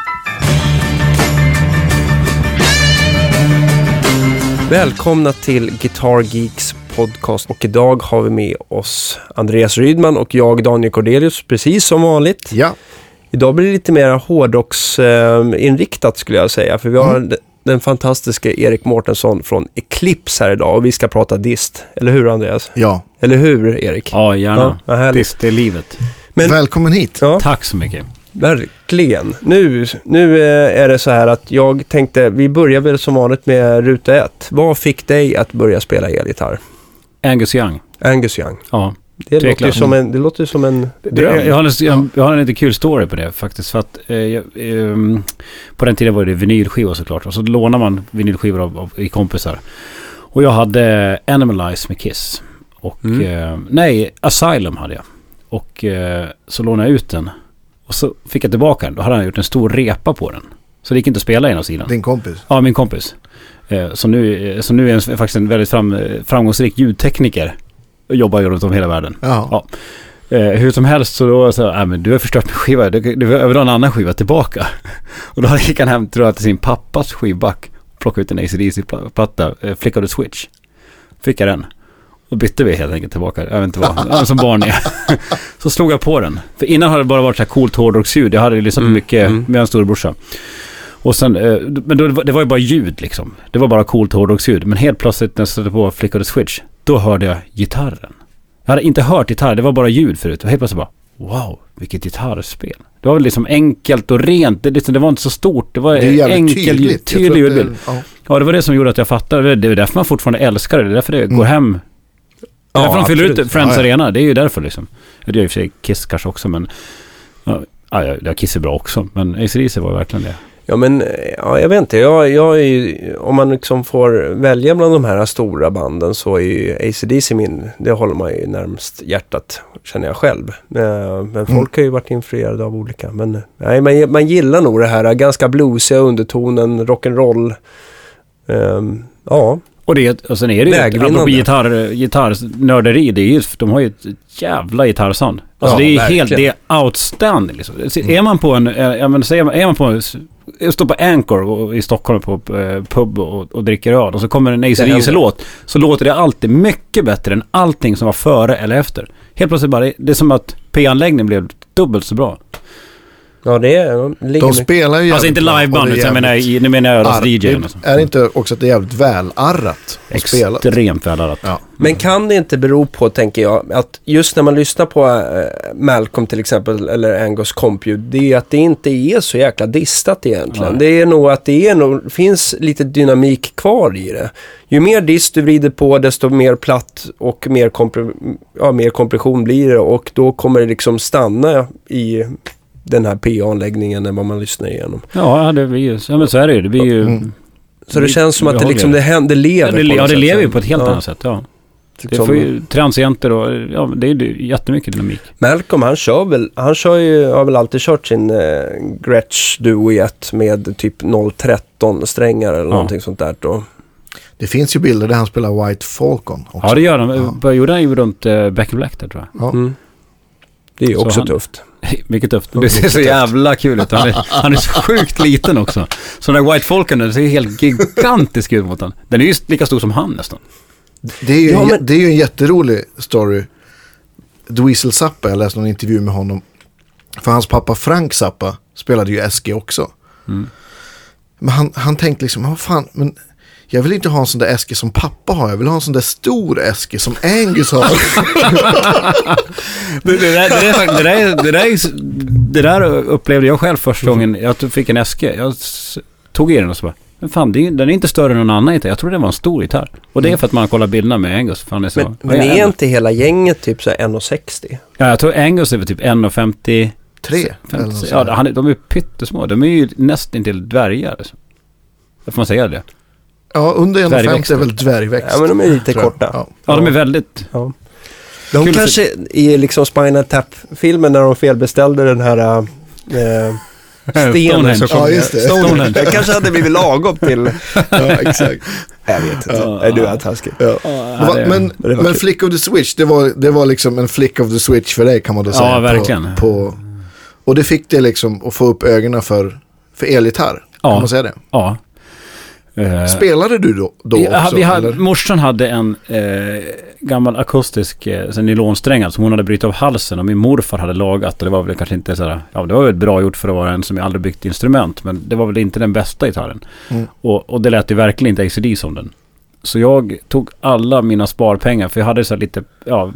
Välkomna till Guitar Geeks podcast, och idag har vi med oss Andreas Rydman och jag, Daniel Cordelius, precis som vanligt. Ja. Idag blir det lite mer hårdrocksinriktat skulle jag säga, för vi har den fantastiska Erik Mårtensson från Eclipse här idag, och vi ska prata dist. Eller hur, Andreas? Ja. Eller hur, Erik? Ja, gärna. Ja, dist är livet. Men, välkommen hit. Ja, tack så mycket. Verkligen. Nu är det så här att jag tänkte, vi börjar väl som vanligt med ruta 1. Vad fick dig att börja spela elgitarr? Angus Young. Angus Young. Ja. Det låter som en dröm. Jag har en lite kul story på det faktiskt. För att på den tiden var det vinylskivor såklart. Och så lånar man vinylskivor i kompisar. Och jag hade Animalize med Kiss. Och Asylum hade jag. Och så lånade jag ut den. Och så fick jag tillbaka den. Då hade han gjort en stor repa på den. Så det gick inte att spela ena sidan. Din kompis? Ja, min kompis. Så nu är faktiskt en väldigt framgångsrik ljudtekniker. Och jobbar ju runt om hela världen. Ja. Hur som helst så då så men du har förstört min skiva. Du vill ha en annan skiva tillbaka. Och då gick han hem, tror jag, till sin pappas skivback. Plockade ut en AC/DC-platta. Flick of the Switch. Fick jag den. Då bytte vi helt enkelt tillbaka. Jag vet inte vad. Som barn är. Så slog jag på den. För innan hade det bara varit så här coolt hårdrocksljud. Jag hade lyssnat mycket med en storebrorsa. Och sen, men då, det var ju bara ljud liksom. Det var bara coolt hårdrocksljud. Men helt plötsligt när jag satte på Flick of the Switch, då hörde jag gitarren. Jag hade inte hört gitarr, det var bara ljud förut. Och helt plötsligt bara, wow, vilket gitarrspel. Det var väl liksom enkelt och rent. Det var inte så stort. Det var enkelt, tydlig ljudbild. Ja, det var det som gjorde att jag fattade. Det är därför man fortfarande älskar det. Det är därför det går hem. Det är därför de fyller ut Friends Arena. Det är ju därför liksom. Det är ju för sig Kiss kanske också, men Kiss är bra också. Men AC/DC var ju verkligen det. Ja, men jag vet inte. Jag är ju, om man liksom får välja bland de här stora banden, så är ju AC/DC det håller man ju närmast hjärtat, känner jag själv. Men folk har ju varit influerade av olika. Men nej, man gillar nog det här ganska bluesiga undertonen, rock'n'roll. Ja. Och sen är det ju apropå gitarrnörderi, det är ju, de har ju ett jävla gitarrsound. Alltså det är helt, det är outstanding liksom. Är man på står på Anchor i Stockholm på pub och dricker öl, och så kommer en AC/DC-låt, så låter det alltid mycket bättre än allting som var före eller efter. Helt plötsligt bara, det är som att P-anläggningen blev dubbelt så bra. Ja, de spelar ju, alltså inte livebandet, nu menar jag alltså DJ. Är det inte också att det är jävligt välarrat och spelat? Extremt välarrat. Ja. Men kan det inte bero på, tänker jag, att just när man lyssnar på Malcolm till exempel, eller Angus kompljud, det är att det inte är så jäkla distat egentligen. Nej. Det är nog att det finns lite dynamik kvar i det. Ju mer dist du vrider på, desto mer platt och mer kompression blir det, och då kommer det liksom stanna i den här PA-anläggningen när man lyssnar igenom. Ja, det blir ju, men så är det ju. Det blir ju så det känns som att det liksom det lever. Det lever ju på ett helt annat sätt, ja. Det får ju transienter och det är ju jättemycket dynamik. Malcolm, han har väl alltid kört sin Gretsch Duo i ett med typ 013 strängar eller någonting sånt där då. Det finns ju bilder där han spelar White Falcon också. Ja, det gör han. Gjorde han ju runt Becky Black där, tror jag. Ja. Det är ju också tufft. Mycket tufft. Det ser så jävla kul ut. Han är så sjukt liten också. Så den där White Falcon, den ser helt gigantisk ut mot han. Den är ju lika stor som han nästan. Det är ju en jätterolig story. Dweezil Zappa, jag läste någon intervju med honom. För hans pappa Frank Zappa spelade ju SG också. Men han tänkte liksom, vad fan, men jag vill inte ha en sån där SG som pappa har. Jag vill ha en sån där stor SG som Angus har. Det där upplevde jag själv första gången jag fick en SG. Jag tog i den och så bara, men fan, den är inte större än någon annan gitarr. Jag trodde det var en stor gitarr. Och det är för att man kollar bilderna med Angus. Fan, men är inte hela gänget typ så 1,60? Ja, jag tror Angus är typ 1,50. 3? Ja, de är pyttesmå. De är ju nästan till dvärgar. Får man säga det? Ja, under 1,50 är väl dvärgväxt. Ja, men de är lite korta. Ja, de är väldigt... Ja. De kanske i liksom Spinal Tap-filmen när de felbeställde den här stenen. Ja, just det. Stonehenge. Det kanske hade blivit lagom till... Ja, exakt. Jag vet inte. Nej, du är taskig. Ja. Men Flick of the Switch, det var liksom en flick of the switch för dig, kan man då säga. Ja, verkligen. Och det fick det liksom att få upp ögonen för för elgitarr. Kan man säga det? Ja. Spelade du då också? Morsan hade en gammal akustisk nylonsträng som hon hade brytt av halsen och min morfar hade lagat, och det var väl kanske inte sådär, det var väl bra gjort för att vara en som jag aldrig byggt instrument, men det var väl inte den bästa gitarren. Och det lät ju verkligen inte ACD som den. Så jag tog alla mina sparpengar, för jag hade så lite,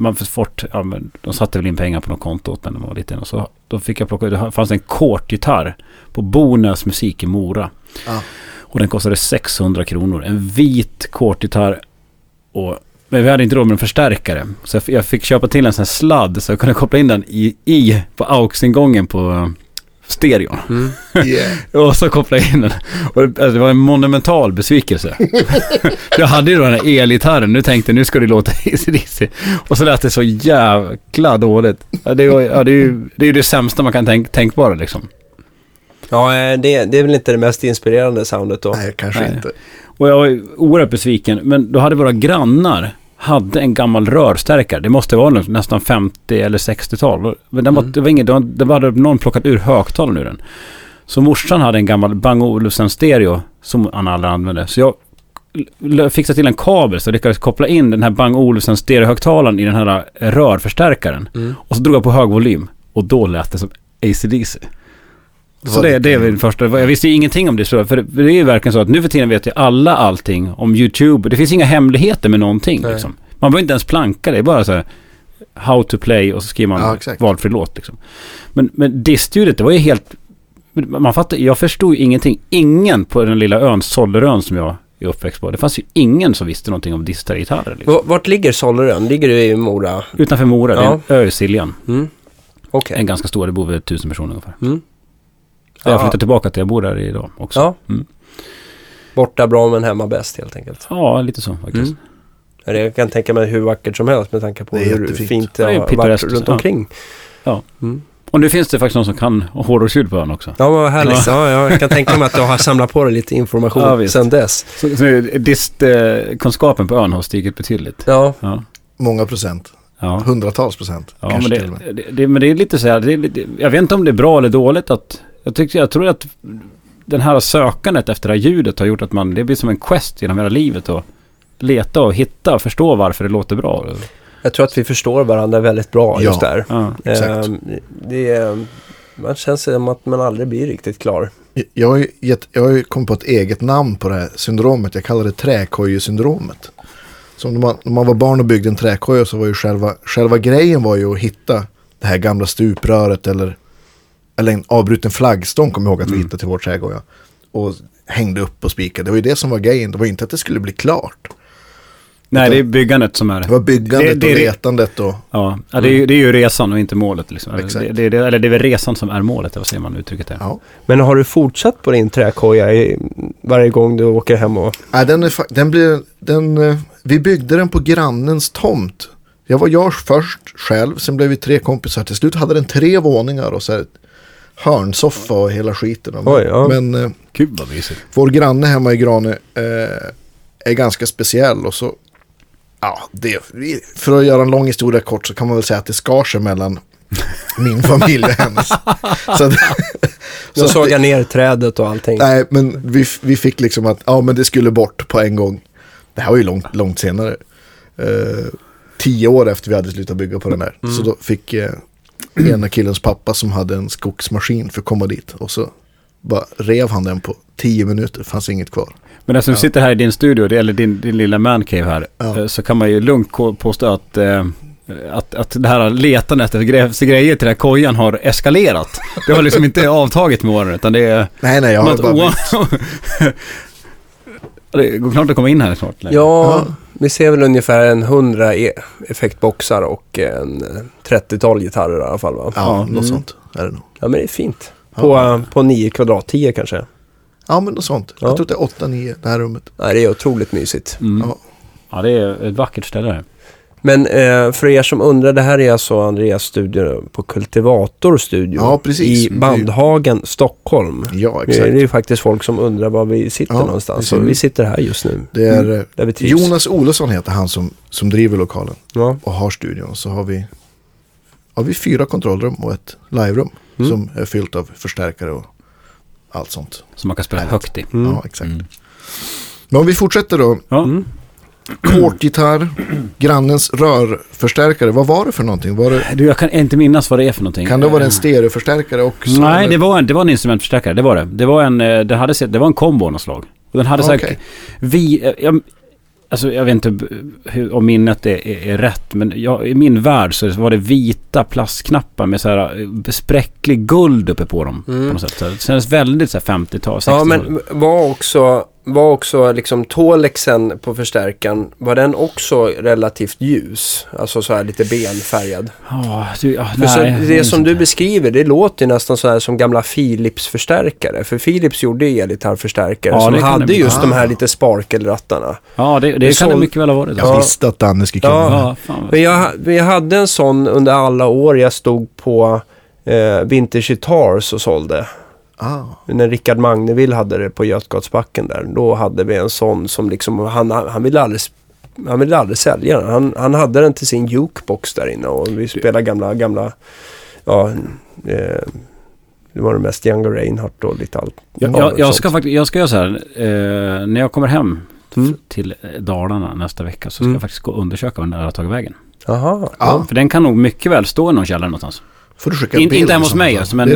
men de satte väl in pengar på något konto åt mig när man var liten, och så då fick jag plocka, det fanns en kortgitarr på Bonäs musik i Mora. Och den kostade 600 kronor. En vit kortgitarr. Men vi hade inte råd med en förstärkare. Så jag fick köpa till en sån här sladd så jag kunde koppla in den på AUX-ingången på stereon. Och så koppla in den. Och det var en monumental besvikelse. Jag hade ju då den här elgitarren. Nu tänkte jag, nu ska det låta AC/DC. Och så lät det så jäkla dåligt. Det är ju det sämsta man kan tänkbara liksom. Ja, det är väl inte det mest inspirerande soundet då. Nej, kanske inte. Och jag var oerhört besviken. Men då hade våra grannar en gammal rörstärkare. Det måste vara nästan 50 eller 60-tal. Men det var någon plockat ur högtalaren ur den. Så morsan hade en gammal Bang & Olufsen stereo som han aldrig använde. Så jag fixade till en kabel så jag lyckades koppla in den här Bang & Olufsen stereohögtalaren i den här rörförstärkaren. Och så drog jag på hög volym. Och då lät det som AC/DC. Så det är väl första. Jag visste ju ingenting om det, för det är ju verkligen så att nu för tiden vet ju alla allting om YouTube. Det finns inga hemligheter med någonting liksom. Man behöver inte ens planka, det är bara så här how to play och så skriver man valfri låt liksom. Men diststudiet, det var ju helt, jag förstod ju ingenting. Ingen på den lilla ön, Sollerön, som jag är uppväxt på. Det fanns ju ingen som visste någonting om distade gitarrer liksom. Vart ligger Sollerön? Ligger du i Mora? Utanför Mora, det är en ö i Siljan. Okay. En ganska stor, det bor väl 1000 personer ungefär. Jag flyttar tillbaka till jag bor där idag också. Borta bra men hemma bäst helt enkelt. Ja, lite så faktiskt. Jag kan tänka mig hur vackert som helst med tanke på hur fint det har varit runt omkring. Ja. Och nu finns det faktiskt någon som kan hårdrocksljud på ön också. Ja, vad härligt. Ja, jag kan tänka mig att du har samlat på dig lite information sedan dess. Så distkunskapen på ön har stigit betydligt. Ja. Många procent. Hundratals procent. Ja, men det är lite så här, jag vet inte om det är bra eller dåligt att jag tror att den här sökandet efter det här ljudet har gjort att det blir som en quest genom hela livet och leta och hitta och förstå varför det låter bra. Jag tror att vi förstår varandra väldigt bra just där. Ja, exakt. Man känns som att man aldrig blir riktigt klar. Jag har ju kommit på ett eget namn på det här syndromet. Jag kallar det träkojesyndromet. Så när man var barn och byggde en träkoja så var ju själva grejen var ju att hitta det här gamla stupröret eller en avbruten flaggstång, kommer jag ihåg att vi hittade till vår trädgård. Och hängde upp och spikade. Det var ju det som var grejen. Det var inte att det skulle bli klart. Nej, det är byggandet som är... Det var byggandet och letandet och... Ja, det är ju resan och inte målet. Liksom. Exakt. Det är väl resan som är målet, vad säger man uttrycket är. Ja. Men har du fortsatt på din träkoja varje gång du åker hem? Vi byggde den på grannens tomt. Jag först själv, sen blev vi 3 kompisar. Till slut hade den 3 våningar och så här hörnsoffa och hela skiten. Men Gud vad mysigt. Vår granne hemma i Grane är ganska speciell och så för att göra en lång historia kort så kan man väl säga att det skar sig mellan min familj och hennes. Så såg jag ner trädet och allting. Nej, men vi fick liksom att men det skulle bort på en gång. Det här var ju långt senare. 10 år efter vi hade slutat bygga på den här. Så då fick ena killens pappa som hade en skogsmaskin för att komma dit. Och så bara rev han den på 10 minuter. Fanns inget kvar. Men eftersom du sitter här i din studio, eller din lilla mancave här, så kan man ju lugnt påstå att det här letandet efter grejer till den här kojan har eskalerat. Det har liksom inte avtagit med åren, utan det är... Nej, jag har bara... Det går klart att komma in här snart. Ja, vi ser väl ungefär 100 effektboxar och en 30-tal gitarrer i alla fall, va? Ja, något sånt är det nog. Ja, men det är fint. På 9 kvadrat, 10 kanske. Ja, men något sånt. Jag tror det är 8-9 det här rummet. Nej, det är otroligt mysigt. Ja, det är ett vackert ställe här. Men för er som undrar, det här är alltså Andreas studio på Kultivator studio i Bandhagen, Stockholm. Ja, exakt. Det är ju faktiskt folk som undrar var vi sitter någonstans. Så vi sitter här just nu. Det är Jonas Olsson heter han som driver lokalen och har studion. Så har vi 4 kontrollrum och ett liverum som är fyllt av förstärkare och allt sånt. Som man kan spela högt i. Ja, exakt. Men om vi fortsätter då. Kortgitarr, grannens rörförstärkare. Vad var det för någonting? Du, jag kan inte minnas vad det är för någonting. Kan det vara en stereoförstärkare också? Nej, det var en instrumentförstärkare. Det var det. Det var en kombo av något slag. Och den hade jag vet inte om minnet är rätt, men i min värld så var det vita plastknappar med så här spräcklig guld uppe på dem på något sätt. Så det kändes väldigt så här 50-tal, 60-tal. Ja, men var också liksom Tolexen på förstärkaren, var den också relativt ljus? Alltså så här lite benfärgad. Det som du beskriver, det låter ju nästan så här som gamla Philips-förstärkare. För Philips gjorde elgitarrförstärkare som hade just de här lite sparkelrattarna. Ja, det kan det mycket väl ha varit. Jag visste att Danne skulle kunna. Men jag hade en sån under alla år jag stod på Vintage Guitars och sålde. När Rickard Magnevill hade det på Götgatsbacken där, då hade vi en sån som liksom han ville aldrig sälja den. Han hade den till sin jukebox där inne och vi spelade gamla det var det mest Django Reinhardt och lite allt. Jag ska göra så här när jag kommer hem till Dalarna nästa vecka så ska jag faktiskt gå och undersöka var den har tagit vägen. Aha. Ja, för den kan nog mycket väl stå i någon källare någonstans. Får du skicka inte hemma hos mig, men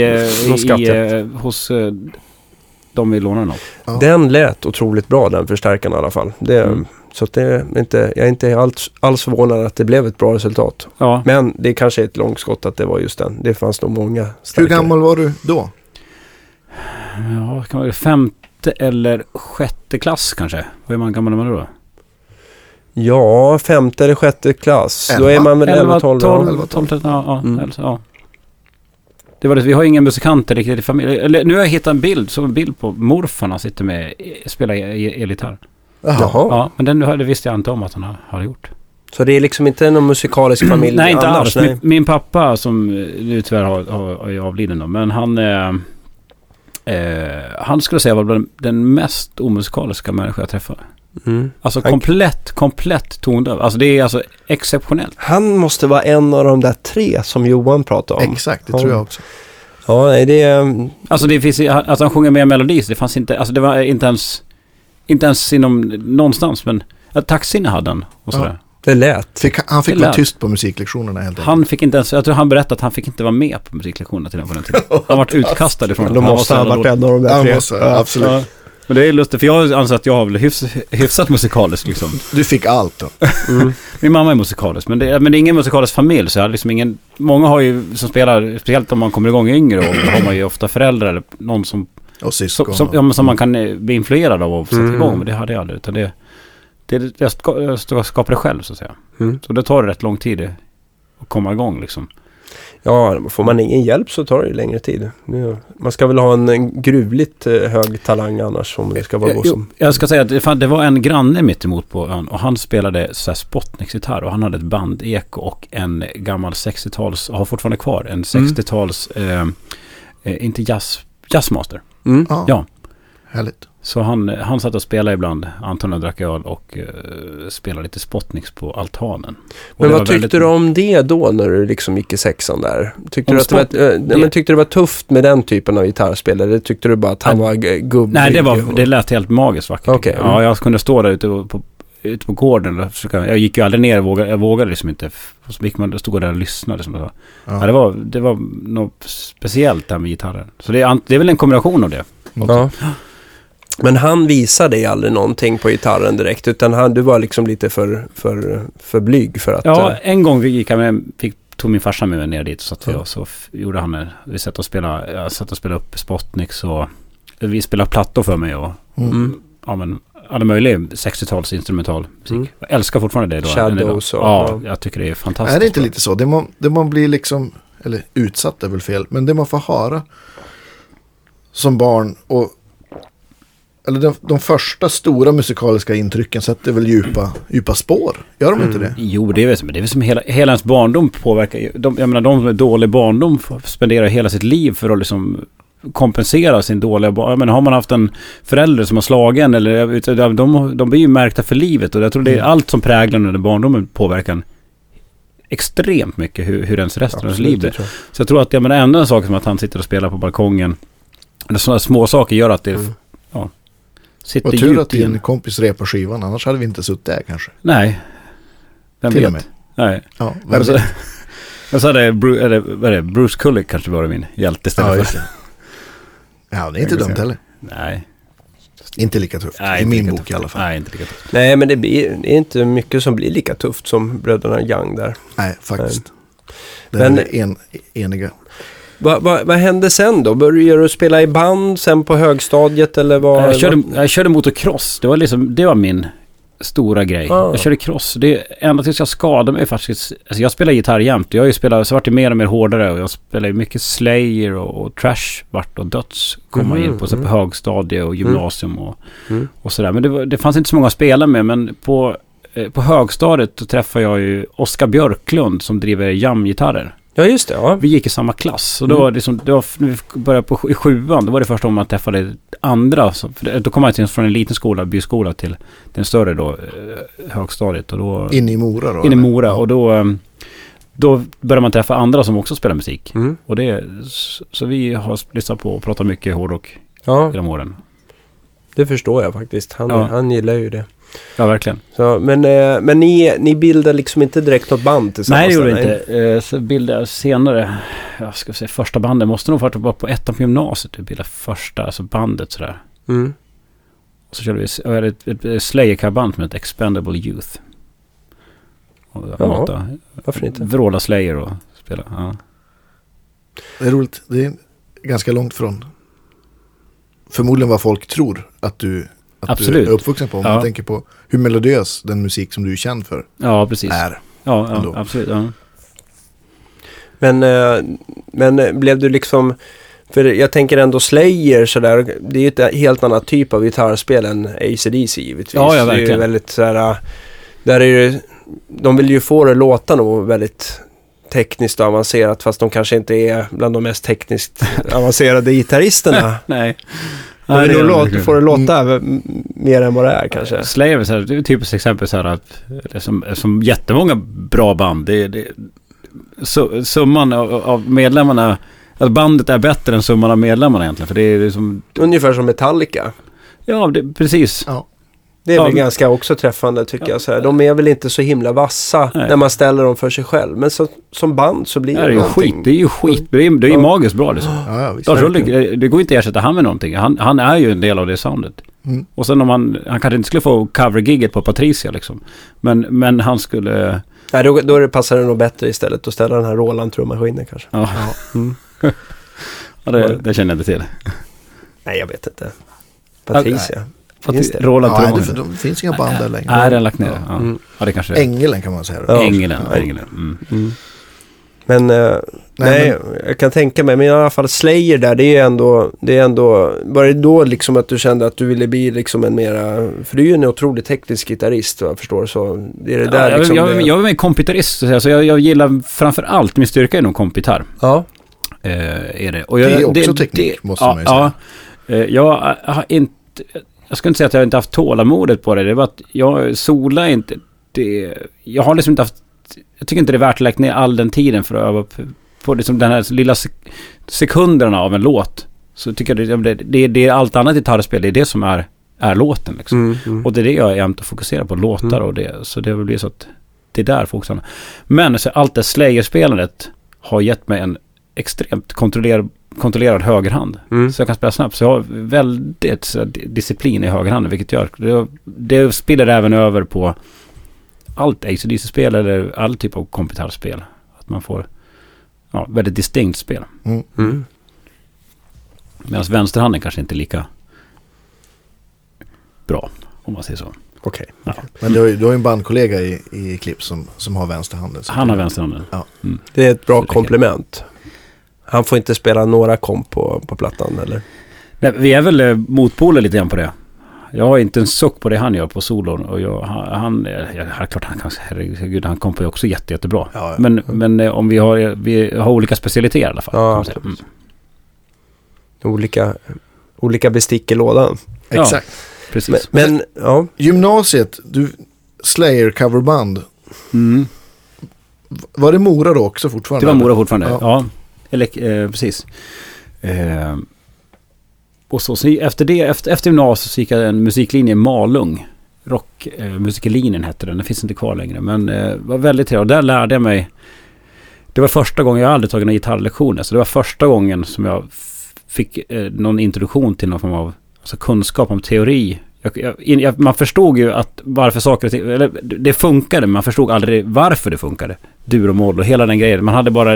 hos de vi lånar något. Ja. Den lät otroligt bra, den förstärkaren i alla fall. Så att jag är inte alls förvånad att det blev ett bra resultat. Ja. Men det är kanske ett långskott att det var just den. Det fanns nog många starkare. Hur gammal var du då? Ja, kan vara 5:e eller 6:e klass kanske. Vad är man gammal när man då? Ja, 5:e eller 6:e klass. 11. Då är man väl 11-12. Ja. Det var det. Vi har ingen musikanter riktigt i familjen. Eller, nu har jag hittat en bild på morfarna sitter med spelar elgitarr. Jaha. Ja, men det visste jag inte om att han har gjort. Så det är liksom inte någon musikalisk familj? Nej, inte alls. Min pappa som nu tyvärr har avliden då, men han skulle säga var den mest omusikaliska människa jag träffade. Alltså komplett tondöv. Alltså det är alltså exceptionellt. Han måste vara en av de där 3 som Johan pratade om. Exakt, det tror jag också. Ja, det alltså det finns alltså han sjunger med melodi, det fanns inte, alltså det var inte ens inom någonstans, men taxin hade han och sådär. Det lät. Han fick vara tyst på musiklektionerna helt enkelt. Han fick inte ens, jag tror han berättade att han fick inte vara med på musiklektionerna till den tiden. Han varit utkastad ifrån. De måste ha varit en av de där 3. Absolut. Ja. Men det är lustigt, för jag anser att jag har väl hyfsat musikalisk liksom. Du fick allt då. Min mamma är musikalisk, men det är ingen musikalisk familj, så jag liksom ingen. Många har ju som spelar, speciellt om man kommer igång yngre, och då har man ju ofta föräldrar eller någon som och syskon som man kan bli influerad av och sätta igång, men det hade jag aldrig, utan jag skapar det själv så att säga. Så det tar rätt lång tid att komma igång liksom. Ja, får man ingen hjälp så tar det ju längre tid. Man ska väl ha en gruvligt hög talang annars om det ska vara gå som. Jag ska säga att det var en granne mitt emot på ön, och han spelade så här Spotnik-gitarr, och han hade ett bandeko och en gammal 60-tals, har fortfarande kvar en 60-tals inte jazzmaster. Ja. Härligt. Så han satt och spelade ibland, Anton drack öl och spelade lite Spotniks på altanen. Men vad tyckte du om det då när du liksom gick i 6:an där? Tyckte du det var tufft med den typen av gitarrspel, eller tyckte du bara att han var gubbig? Nej, det lät helt magiskt vackert. Okay. Ja, jag kunde stå där ute på gården och jag gick ju aldrig ner, jag vågade liksom inte. Så gick man stod där och lyssnade liksom. Ja, det var något speciellt där med gitarren. Så det är väl en kombination av det också. Ja. Men han visade dig aldrig någonting på gitarren direkt, utan du var liksom lite för blyg för att... Ja, en gång tog min farsa med mig ner dit, så att så gjorde han vi satt och spelade upp Spotniks, och vi spelade plattor för mig och alla möjliga 60-tals instrumental musik. Jag älskar fortfarande det då. Shadows. Jag tycker det är fantastiskt. Är det inte lite så? Det man blir liksom, eller utsatt är väl fel, men det man får höra som barn, och eller de första stora musikaliska intrycken sätter väl djupa spår. Gör de inte det? Jo, det är väl som hela ens barndom påverkar. Jag menar, de som är dålig barndom spenderar hela sitt liv för att liksom kompensera sin dåliga barndom. Men har man haft en förälder som har slagen, eller de blir ju märkta för livet, och jag tror det är allt som präglar under barndomen påverkan extremt mycket hur ens resten av liv är. Så jag tror att ändå en sak som att han sitter och spelar på balkongen Men sådana små saker gör att det sitter och djupt. tur att din kompis repar skivan, annars hade vi inte suttit där kanske. Nej. Vem till vet? och med. Nej. Ja, jag sa det, Bruce Kulick kanske var min hjälte istället för. Ja, det är inte dumt heller. Nej. Inte lika tufft. I min bok i alla fall. Nej, inte lika tufft. Nej, men det är inte mycket som blir lika tufft som bröderna Young där. Nej, faktiskt. Men är eniga. Vad hände sen då? Började du spela i band sen på högstadiet eller vad? Jag körde motocross. Det var min stora grej. Jag körde cross. Ända tills jag skadade mig faktiskt. Alltså jag spelar gitarr jämt. Jag har ju spelat, så vart det mer och mer hårdare och jag spelar ju mycket Slayer och Trash vart och döds komma in på högstadie och gymnasium och sådär. Men det fanns inte så många att spela med, men på högstadiet då träffade jag ju Oskar Björklund som driver jamgitarrer. Ja, just det. Ja. Vi gick i samma klass och då var det när vi började i 7:an, då var det första gången man träffade andra. Då kom jag från en liten skola, byskola, till den större då, högstadiet. Och då, inne i Mora då? Inne i Mora, och då började man träffa andra som också spelar musik. Och så vi har lyssnat på och pratat mycket hårdrock i de åren. Det förstår jag faktiskt. Han gillar ju det. Ja, verkligen. Så, men ni bildade liksom inte direkt något band tillsammans? Nej, det gjorde inte. Så bildade jag senare, jag ska säga första bandet, måste nog vara på ettan på gymnasiet. Vi bildade första, alltså bandet sådär. Och så körde vi ett Slayer-band som heter Expendable Youth. Och varför inte? Vråla Slayer och spela. Ja. Det är roligt. Det är ganska långt från förmodligen vad folk tror att du är uppvuxen på. Om man tänker på hur melodiös den musik som du är känd för är. Ja, absolut. Ja. Men blev du liksom... För jag tänker ändå Slayer sådär, det är ju ett helt annat typ av gitarrspel än AC/DC givetvis. Ja, verkligen. Det är ju väldigt sådär... Där är ju, de vill ju få det låta nog väldigt tekniskt och avancerat, fast de kanske inte är bland de mest tekniskt avancerade gitarristerna. Nej. Ja, får det låta mer än vad det är kanske. Slayer, det är ett typiskt exempel så här att som jättemånga bra band, summan av medlemmarna, att bandet är bättre än summan av medlemmarna egentligen, för det är liksom ungefär som Metallica. Ja, precis. Ja. Det är väl ganska också träffande tycker jag. Så här. De är väl inte så himla vassa när man ställer dem för sig själv. Men som band så blir det någonting. Det är ju skit. Det är ju magiskt bra liksom. Det går inte att ersätta han med någonting. Han är ju en del av det soundet. Och sen om han kanske inte skulle få cover-gigget på Patricia liksom. Men han skulle... Nej, då passar det nog bättre istället att ställa den här Roland-trummaskinen kanske. Det känner jag inte till. Nej, jag vet inte. Patricia. Roland det finns inga band där längre. Nej, den lagt ner. Ja, det kanske Ängeln kan man säga. Ängeln. Men jag kan tänka mig, men i alla fall Slayer där, det är ändå var det då liksom att du kände att du ville bli liksom en mera, för du är ju en otroligt teknisk gitarrist, jag förstår, så det är det där liksom jag är en kompitarist, så jag gillar framför allt, min styrka är nog kompitar. Ja. Är det. Och det är också teknik, måste man ju säga. Jag har inte, jag ska inte säga att jag inte haft tålamodet på det. Det var att jag solar inte. Jag har liksom inte haft... Jag tycker inte det är värt att lägga ner all den tiden för att öva på liksom den här lilla sekunderna av en låt. Så tycker jag det är allt annat gitarrspel. Det är det som är låten. Liksom. Och det är det jag jämt att fokusera på. Låtar och det. Så det blir så att det är där fokusarna. Men så allt det Slayer-spelandet har gett mig en extremt kontrollerad högerhand. Så jag kan spela snabbt. Så jag har väldigt disciplin i högerhanden, vilket gör det spiller även över på allt AC/DC-spel eller all typ av kompitarspel. Att man får väldigt distinkt spel. Medan vänsterhanden kanske inte är lika bra, om man säger så. Okej. Ja. Men du har ju en bandkollega i Klipp som har vänsterhanden. Han har vänsterhanden. Ja. Det är ett bra komplement. Han får inte spela några komp på plattan, eller? Nej, vi är väl motpoler lite grann på det. Jag har inte en suck på det han gör på solon. Och klart han kan, herregud, han kompar ju också jättebra. Ja. Men om vi har olika specialiteter i alla fall. Ja, olika bestick i lådan. Exakt. Precis. Men gymnasiet, Slayer coverband. Var det Mora då också fortfarande? Det var Mora fortfarande, ja. Eller, precis. och så efter gymnasiet så gick jag en musiklinje i Malung. Rockmusiklinjen hette den. Den finns inte kvar längre. Men var väldigt trevligt. Och där lärde jag mig. Det var första gången, jag hade tagit några gitarrlektioner. Så det var första gången som jag fick någon introduktion till någon form av kunskap om teori. Man förstod ju att varför saker och ting, eller det funkade, men man förstod aldrig varför det funkade. Dur och moll och hela den grejen. Man hade bara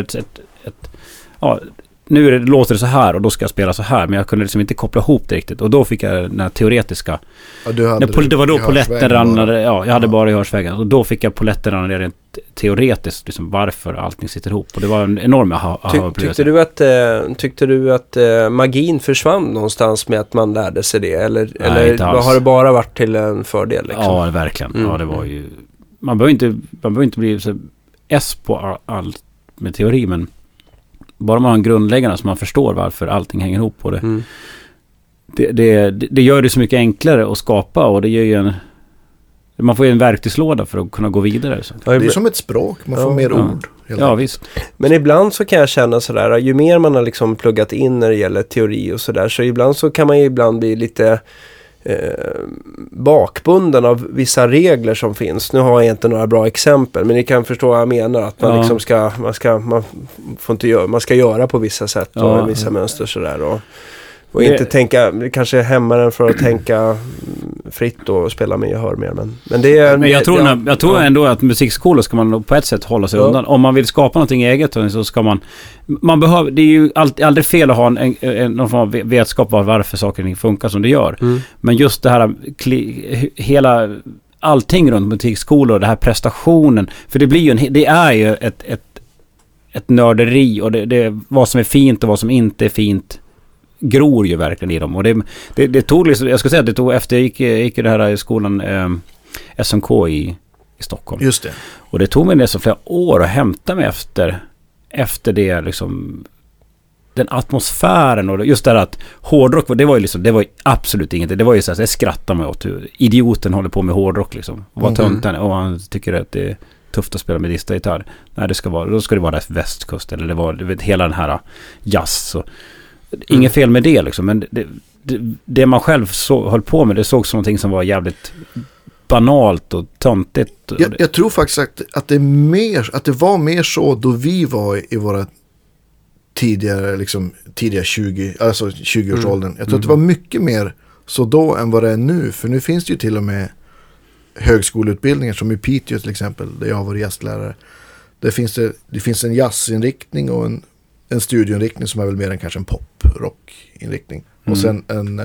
nu låter det så här och då ska jag spela så här, men jag kunde liksom inte koppla ihop det riktigt. Och då fick jag den här teoretiska. Ja, det var då poletten rannade. Ja, jag hade bara i hörsvägen. Och då fick jag poletten rannade rent teoretiskt, liksom varför allting sitter ihop. Och det var en enorm aha-upplevelse. Tyckte du att magin försvann någonstans med att man lärde sig det? Eller har det bara varit till en fördel? Liksom? Ja, verkligen. Ja, det var ju... Man behöver inte bli så på allt med teori, men bara man har en grundläggande så man förstår varför allting hänger ihop på det. Det gör det så mycket enklare att skapa, och det gör ju man får ju en verktygslåda för att kunna gå vidare. Så. Det är som ett språk, man får mer ord. Ja, visst. Men ibland så kan jag känna sådär, ju mer man har liksom pluggat in när det gäller teori och sådär, så ibland så kan man ju ibland bli lite bakbunden av vissa regler som finns. Nu har jag inte några bra exempel, men ni kan förstå vad jag menar, att man liksom man ska göra på vissa sätt och vissa mönster sådär, och inte tänka, kanske hämma den för att tänka fritt och spela med gehör mer, men det är... Men jag tror ändå att musikskolor ska man på ett sätt hålla sig undan. Om man vill skapa någonting eget så ska man behöver, det är ju aldrig fel att ha någon form av vetskap av varför saker och ting funkar som det gör. Men just det här hela allting runt musikskolor, det här prestationen, för det är ju ett nörderi, och det vad som är fint och vad som inte är fint gror ju verkligen i dem. Och det tog liksom, jag ska säga att det tog efter jag gick i det här i skolan SMK i Stockholm. Just det. Och det tog mig nästan flera år att hämta mig efter det liksom, den atmosfären och just det här att hårdrock, det var ju absolut inget. Det var ju så att jag skrattade mig åt hur idioten håller på med hårdrock liksom. Och var tönten, och han tycker att det är tufft att spela med dista-gitarr. Nej, då ska det vara västkust, eller det var hela den här jazz och inget fel med det liksom, men det man själv höll på med, det såg som någonting som var jävligt banalt och töntigt. Jag tror faktiskt att det var mer så då vi var i våra tidiga 20-årsåldern. Jag tror att det var mycket mer så då än vad det är nu, för nu finns det ju till och med högskoleutbildningar som i Piteå till exempel, där jag var gästlärare. Det finns en jazzinriktning och en studioinriktning som är väl mer än kanske en pop-rock-inriktning. Och sen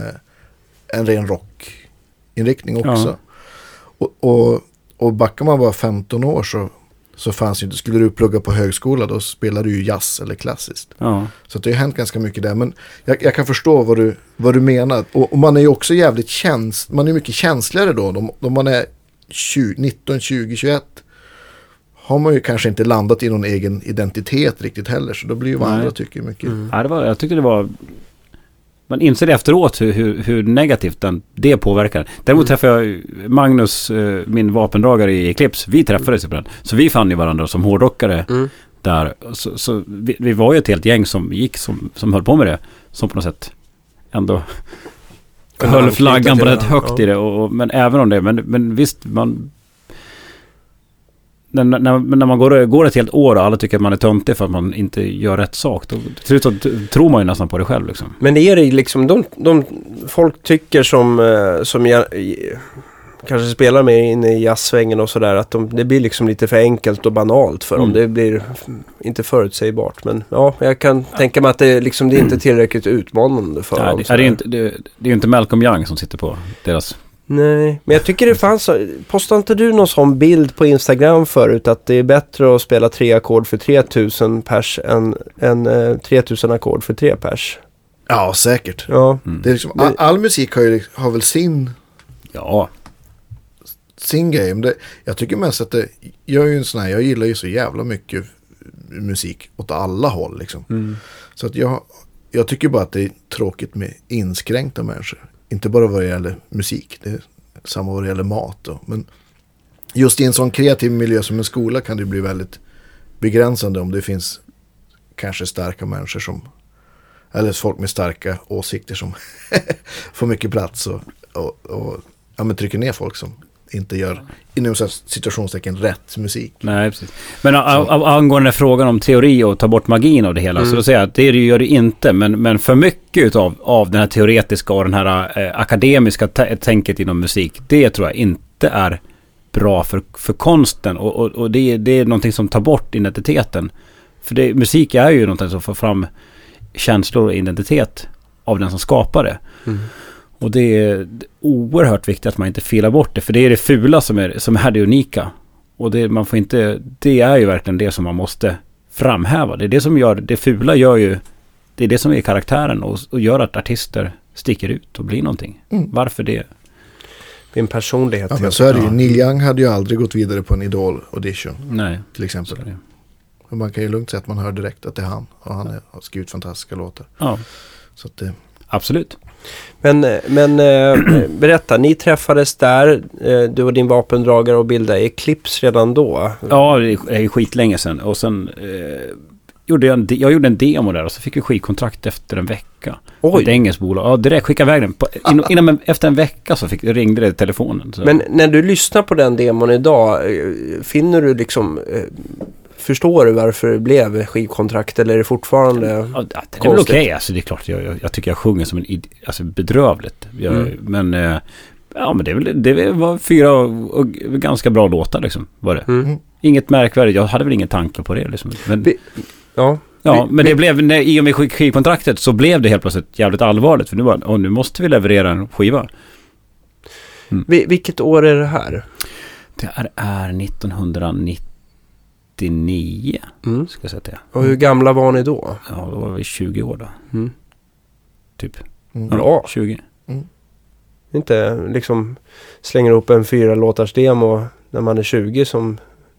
en ren rock-inriktning också. Ja. Och backar man var 15 år så fanns ju inte, skulle du plugga på högskola, då spelar du ju jazz eller klassiskt. Ja. Så det har hänt ganska mycket där. Men jag kan förstå vad du menar. Och man är ju också jävligt man är mycket känsligare då man är 19, 20, 21. Har man ju kanske inte landat i någon egen identitet riktigt heller, så då blir ju vad andra tycker mycket. Jag tyckte det var, man inser efteråt hur negativt det påverkar. Däremot träffade jag Magnus, min vapendragare i Eclipse. Vi träffades på den. Så vi fann ju varandra som hårdrockare där. Så vi var ju ett helt gäng som gick som höll på med det, som på något sätt ändå höll flaggan på rätt högt i det. Men även om det, men visst, när man går ett helt år och alla tycker att man är töntig för att man inte gör rätt sak, då till slut så tror man ju nästan på det själv liksom. Men det är det liksom, de folk tycker som jag kanske spelar med inne i jazzsvängen och sådär, att det blir liksom lite för enkelt och banalt för dem. Det blir inte förutsägbart, men ja, jag kan tänka mig att det är inte tillräckligt utmanande för dem. Det är ju inte Malcolm Young som sitter på deras... Nej, men jag tycker det fanns... Postade inte du någon sån bild på Instagram förut att det är bättre att spela 3 ackord för 3000 pers än 3000 ackord för 3 pers? Ja, säkert. Ja. Det är liksom, all musik har väl sin... Ja. Sin game. Jag tycker mest att jag gillar ju så jävla mycket musik åt alla håll liksom. Så att jag tycker bara att det är tråkigt med inskränkta människor. Inte bara vad det gäller musik, det är samma vad det gäller mat då. Men just i en sån kreativ miljö som en skola kan det bli väldigt begränsande om det finns kanske starka människor som Eller folk med starka åsikter som får mycket plats och trycker ner folk som inte gör inom situationstecken rätt musik. Nej, precis. Men angående frågan om teori och ta bort magin av det hela, så då säger jag att det gör det inte, men för mycket av den här teoretiska och den här akademiska tänket inom musik, det tror jag inte är bra för konsten, och det är någonting som tar bort identiteten. För musik är ju någonting som får fram känslor och identitet av den som skapar det. Och det är oerhört viktigt att man inte filar bort det, för det är det fula som är det unika. Och det är ju verkligen det som man måste framhäva. Det är det som gör, det fula gör ju, det är det som är karaktären och gör att artister sticker ut och blir någonting. Varför det? Det är en personlighet. Ja, men så är det ju. Neil Young hade ju aldrig gått vidare på en Idol-audition. Nej. Till exempel. Och man kan ju lugnt säga att man hör direkt att det är han. Och han har skrivit fantastiska låtar. Ja. Så att det... Absolut. Men berätta, ni träffades där, du och din vapendragare, och bildade Eclipse redan då? Ja, det är skitlänge sedan. Och sen gjorde jag gjorde en demo där, och så fick vi skitkontrakt efter en vecka. Oj! Ett engelskt bolag. Ja, direkt skickade iväg den. Efter en vecka så ringde det telefonen. Så. Men när du lyssnar på den demon idag, finner du liksom... Förstår du varför det blev skivkontrakt, eller är det fortfarande det är väl okej. Alltså, det är klart, jag tycker jag sjunger som bedrövligt. Men det var 4 och ganska bra låtar liksom, var det. Inget märkvärdigt, jag hade väl ingen tanke på det liksom. Men, men det blev, i och med skivkontraktet så blev det helt plötsligt jävligt allvarligt, för nu måste vi leverera en skiva. Vilket år är det här? Det är 1990. 99 ska jag säga till. Och hur gamla var ni då? Ja, då var vi 20 år då. Typ. Bra. 20. Inte liksom slänger upp en 4-låtars demo när man är 20 som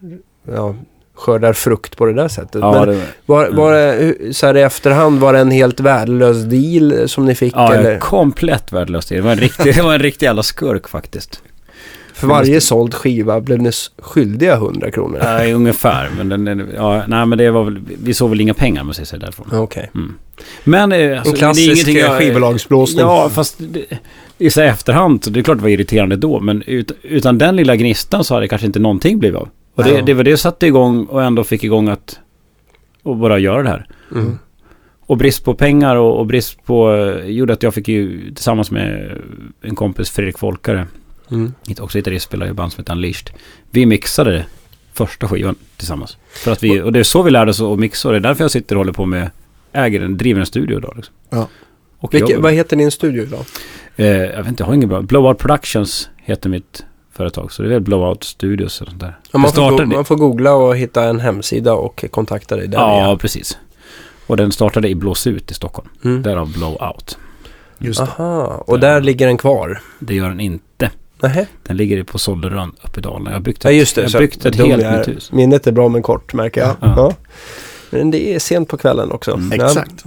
skördar frukt på det där sättet. Ja, men var det, så här i efterhand, var det en helt värdelös deal som ni fick? Ja, eller? Komplett värdelös deal. Det var en riktig jävla skurk faktiskt. För varje såld skiva blev ni skyldiga 100 kronor. Nej, ungefär. Men det var väl, vi såg väl inga pengar, måste jag säga därifrån. Okej. Men en klassisk skivbolagsblåsning. Ja, fast i så efterhand, så det är klart det var irriterande då, men utan den lilla gnistan så hade det kanske inte någonting blivit av. Och det var det satte igång och ändå fick igång att bara göra det här. Och brist på pengar och brist på gjorde att jag fick ju tillsammans med en kompis, Fredrik Folkare, också gitarristspelare i band som heter Unleashed. Vi mixade första skivan tillsammans. För att och det är så vi lärde oss att mixa, och det är därför jag sitter och håller på med driver en studio idag liksom. Ja. Och vad heter din studio idag? Jag vet inte, jag har ingen bra. Blowout Productions heter mitt företag, så det är väl Blowout Studios och sånt där. Ja, man får googla och hitta en hemsida och kontakta dig där. Ja, precis. Och den startade i Blåsut i Stockholm. Därav Blowout. Just det. Aha, och där ligger den kvar? Det gör den inte. Nähä. Den ligger på Sollerön uppe i Dalarna. Jag har byggt ett helt nytt hus. Minnet är bra men kort, märker jag. Ja. Men det är sent på kvällen också. Exakt.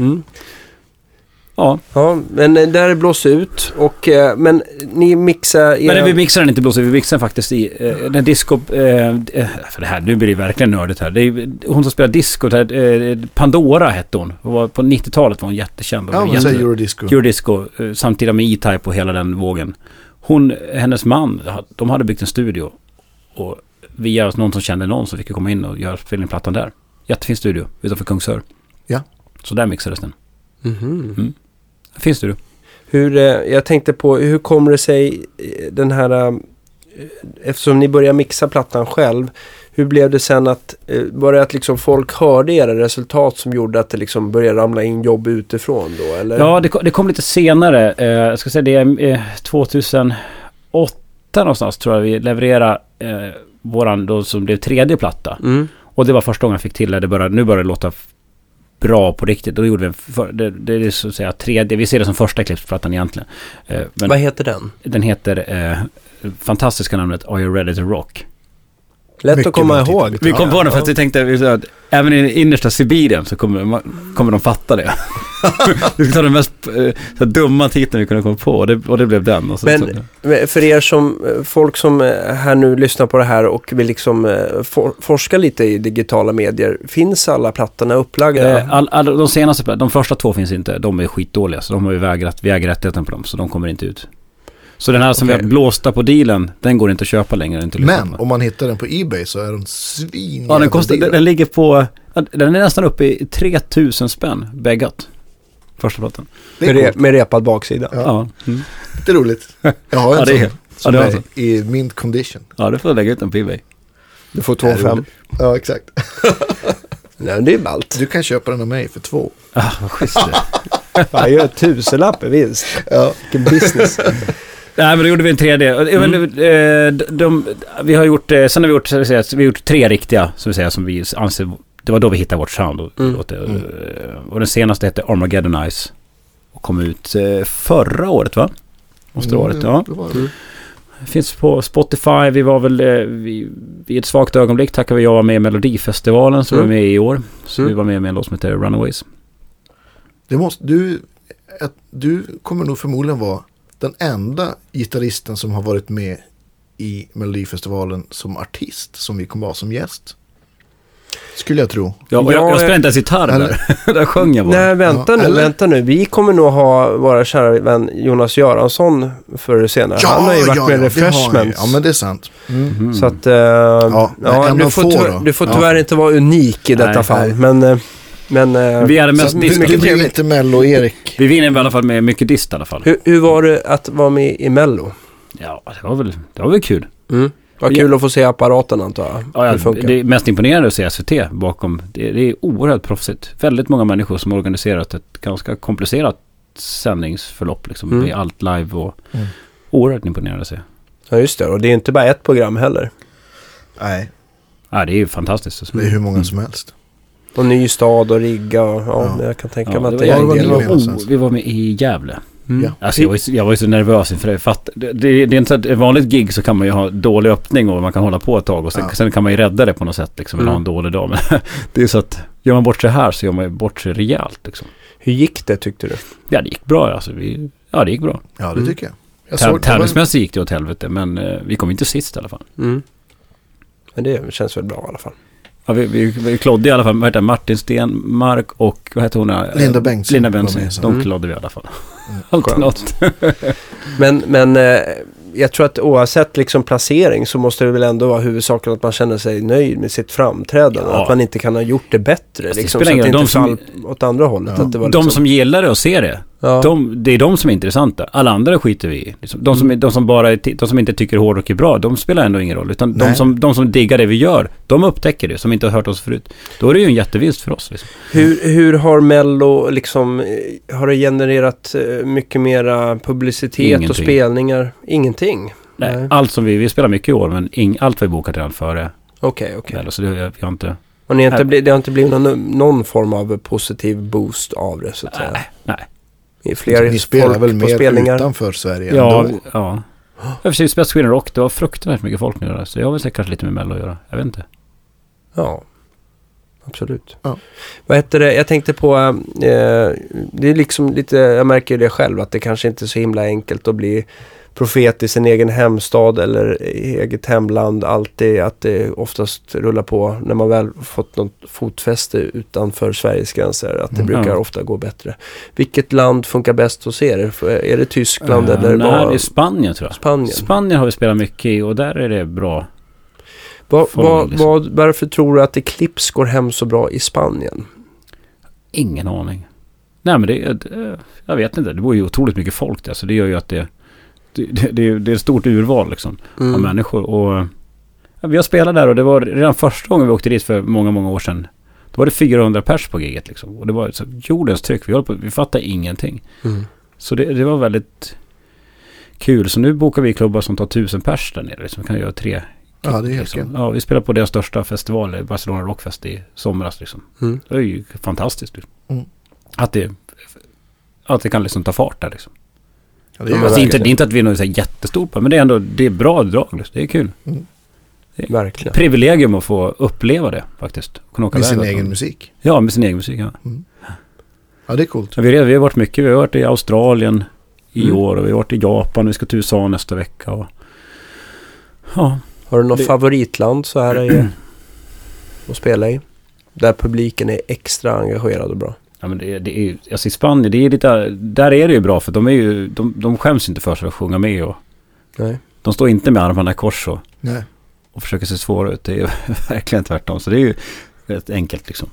Ja, men där är blås ut och men ni mixar men vi mixar den inte blås ut, vi mixar den faktiskt i den disco för det här, nu blir det verkligen nördigt här. Det är hon som spelar disco här, Pandora hette hon. Var på 90-talet var hon jättekänd. Ja, man säger Eurodisco. Eurodisco, samtidigt med E-Type och hela den vågen. Hennes man, de hade byggt en studio, och via någon som kände någon så fick jag komma in och göra spelningsplattan där. Jättefin studio utanför Kungsör. Ja. Så där mixades den. Finns det jag tänkte på, hur kommer det sig den här, eftersom ni börjar mixa plattan själv, hur blev det sen att, var det att liksom folk hörde era resultat som gjorde att det liksom började ramla in jobb utifrån då, eller? Ja, det kom lite senare, jag ska säga det är 2008 någonstans tror jag vi levererade våran då som blev 3:e platta. Och det var första gången jag fick till det, nu började det låta bra på riktigt. Då gjorde vi det är så att säga 3D. Vi ser det som första Eclipse-plattan egentligen. Men vad heter den? Den heter fantastiska namnet Are You Ready to Rock? Lätt mycket att komma ihåg. Vi kom på det för att vi tänkte att även i innersta Sibirien så kommer de fatta det. Vi ska ta den mest så dumma titeln vi kunde komma på och det blev den. Och så, men för er folk som här nu lyssnar på det här och vill liksom forska lite i digitala medier, finns alla plattorna upplagda? De senaste, de första 2 finns inte. De är skitdåliga, så de har ju vägrat rättigheten på dem, så de kommer inte ut. Så den här som vi har blåsta på dealen, den går inte att köpa längre. Inte men om man hittar den på eBay så är den svin. Ja, den ligger på, den är nästan uppe i 3000 spänn bäggat. Första plattan. Med repad baksida. Ja. Mm. Det är roligt. Jag har en sån som är i mint condition. Ja, du får lägga ut den på eBay. Du får 2,5. Ja, exakt. Nej, det är ballt. Du kan köpa den av mig för 2. Ja, vad schysst det. Jag gör 1000-lapp i vinst. Ja. Vilken business. Nej, men då gjorde vi en 3D. Vi har gjort, sen har vi gjort 3 riktiga, som vi anser, det var då vi hittade vårt sound. Och den senaste hette Armageddon Ice och kom ut förra året, va? Måste det varit, ja. Finns på Spotify. Vi var väl i ett svagt ögonblick tackar vi jag var med i Melodifestivalen som vi var med i år. Så vi var med en låt som heter Runaways. Du kommer nog förmodligen vara den enda gitarristen som har varit med i Melodifestivalen som artist, som vi kommer vara som gäst. Skulle jag tro. Ja, jag spelar inte ens gitarr där. Där sjöng jag bara. Nej, vänta nu. Vi kommer nog ha våra kära vän Jonas Göransson förr och senare. Han har ju varit med i Refreshments. Ja, men det är sant. Så att du får tyvärr inte vara unik i detta fall. Men vi är det mest det blir inte Mello, Erik. Vi vinner i alla fall med mycket dist i alla fall. Hur var det att vara med i Mello? Ja, det var väl kul. Vad kul att få se apparaten, antar jag. Ja, det är mest imponerande att se SVT bakom. Det är oerhört proffsigt. Väldigt många människor som har organiserat ett ganska komplicerat sändningsförlopp. Liksom. Det är allt live och oerhört imponerande att se. Ja, just det. Och det är inte bara ett program heller. Nej. Ja, det är ju fantastiskt. Det är hur många som helst. Och ny stad och rigga. Jag kan tänka mig att det är vi var med i Gävle. Ja. Alltså jag var ju så nervös inför det. För att det är inte så att ett vanligt gig så kan man ju ha dålig öppning och man kan hålla på ett tag och sen kan man ju rädda det på något sätt liksom, eller ha en dålig dag. Men det är så att gör man bort sig här så gör man ju bort sig rejält liksom. Hur gick det, tyckte du? Ja, det gick bra alltså. Det gick bra. Ja, det tycker jag. Tävlingsmässigt gick det åt helvete, men vi kom inte sist i alla fall. Men det känns väl bra i alla fall. Ja, vi klodde i alla fall. Vad heter Martin Stenmark och vad heter hon? Linda Bengtsson. De klodde vi i alla fall. Alltid något. Men jag tror att oavsett liksom placering så måste det väl ändå vara huvudsaken att man känner sig nöjd med sitt framträdande. Ja. Att man inte kan ha gjort det bättre. Liksom, så att det inte fall åt andra hållet. Ja. Att det var de som gillar det och ser det, det är de som är intressanta. Alla andra skiter vi i. Liksom. De som inte tycker hårdrock är bra, de spelar ändå ingen roll. Utan de som diggar det vi gör, de upptäcker det, som inte har hört oss förut. Då är det ju en jättevinst för oss. Liksom. Hur har Mello liksom, har det genererat mycket mera publicitet och spelningar? Ingenting. Nej. Allt som vi spelar mycket i år, men allt var bokat redan före. Okej. Så det har inte... Och det har inte blivit någon form av positiv boost av det, så att säga? Nej. Ni spelar väl mer utanför Sverige ändå? Ja. Jag har precis spelat Sweden Rock. Det var fruktansvärt mycket folk nu där, så jag har väl säkert kanske lite med Mello att göra. Jag vet inte. Ja. Absolut. Ja. Vad heter det? Jag tänkte på det är liksom lite, jag märker det själv att det kanske inte är så himla enkelt att bli profet i sin egen hemstad eller eget hemland, alltid att det oftast rullar på när man väl fått något fotfäste utanför Sveriges gränser, att det brukar ofta gå bättre. Vilket land funkar bäst hos er? Är det Tyskland eller nej, det är Spanien tror jag. Spanien har vi spelat mycket i och där är det bra. Varför tror du att Eclipse går hem så bra i Spanien? Ingen aning. Nej, men jag vet inte. Det bor ju otroligt mycket folk där, så det gör ju att det är ett stort urval liksom, av människor. Och vi har spelat där och det var redan första gången vi åkte dit för många, många år sedan. Då var det 400 pers på giget liksom. Och det var så jordens tryck. Vi fattade ingenting. Så det var väldigt kul. Så nu bokar vi klubbar som tar 1000 pers där nere. Liksom. Vi kan göra 3. Ja, det är helt liksom. Ja, vi spelar på deras största festival, Barcelona Rockfest i somras liksom. Det är ju fantastiskt liksom. Att det kan liksom ta fart där liksom. Ja, det är inte att vi är något jättestort på, men det är ändå, det är bra drag liksom. Det är kul. Verkligen. Privilegium att få uppleva det faktiskt. Med sin egen musik. Ja, med sin egen musik, ja. Ja, det är coolt. Vi har varit mycket. Vi har varit i Australien i år och vi har varit i Japan. Vi ska till USA nästa vecka. Och, ja. Har du något favoritland så här att spela i? Där publiken är extra engagerad och bra. Ja, men det är alltså i Spanien, det är lite, där är det ju bra för de skäms inte för sig att sjunga med och nej. De står inte med armarna i kors nej. Och försöker se svåra ut. Det är ju verkligen tvärtom. Så det är ju rätt enkelt liksom.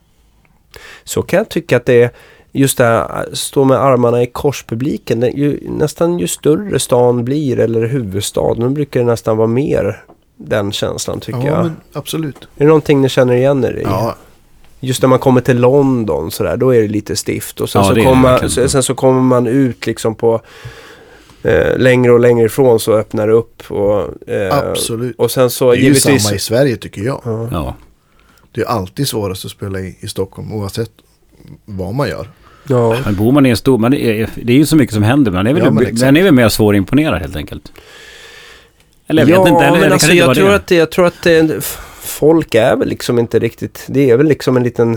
Så kan jag tycka att det är just det här, stå med armarna i kors-publiken. Nästan ju större stan blir eller huvudstad, nu brukar det nästan vara mer den känslan tycker jag. Men absolut. Är det någonting ni känner igen er i? Ja. Just när man kommer till London så där, då är det lite stift. Och sen, sen så kommer man ut liksom på längre och längre ifrån så öppnar det upp. Och, absolut. Och sen så det är givetvis ju samma i Sverige tycker jag. Ja. Det är alltid svårast att spela i Stockholm oavsett vad man gör. Ja. Men bor man i en stor... det är ju så mycket som händer. Man är väl mer svår att imponera helt enkelt. Eller jag vet inte. Eller, men alltså, jag tror att folk är väl liksom inte riktigt... Det är väl liksom en liten...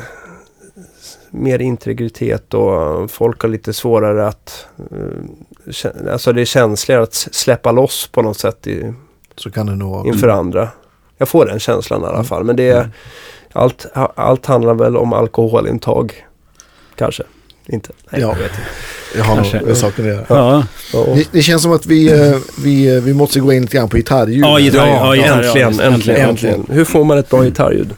mer integritet och folk har lite svårare att... alltså det är känsligare att släppa loss på något sätt så kan det nog inför andra. Jag får den känslan i alla fall. Men det är... Allt handlar väl om alkoholintag. Kanske. Inte. Nej, ja. Jag vet inte. Jag har nog saker med det. Ja. Det känns som att vi måste gå in lite grann på gitarrljud. Äntligen. Hur får man ett bra gitarrljud?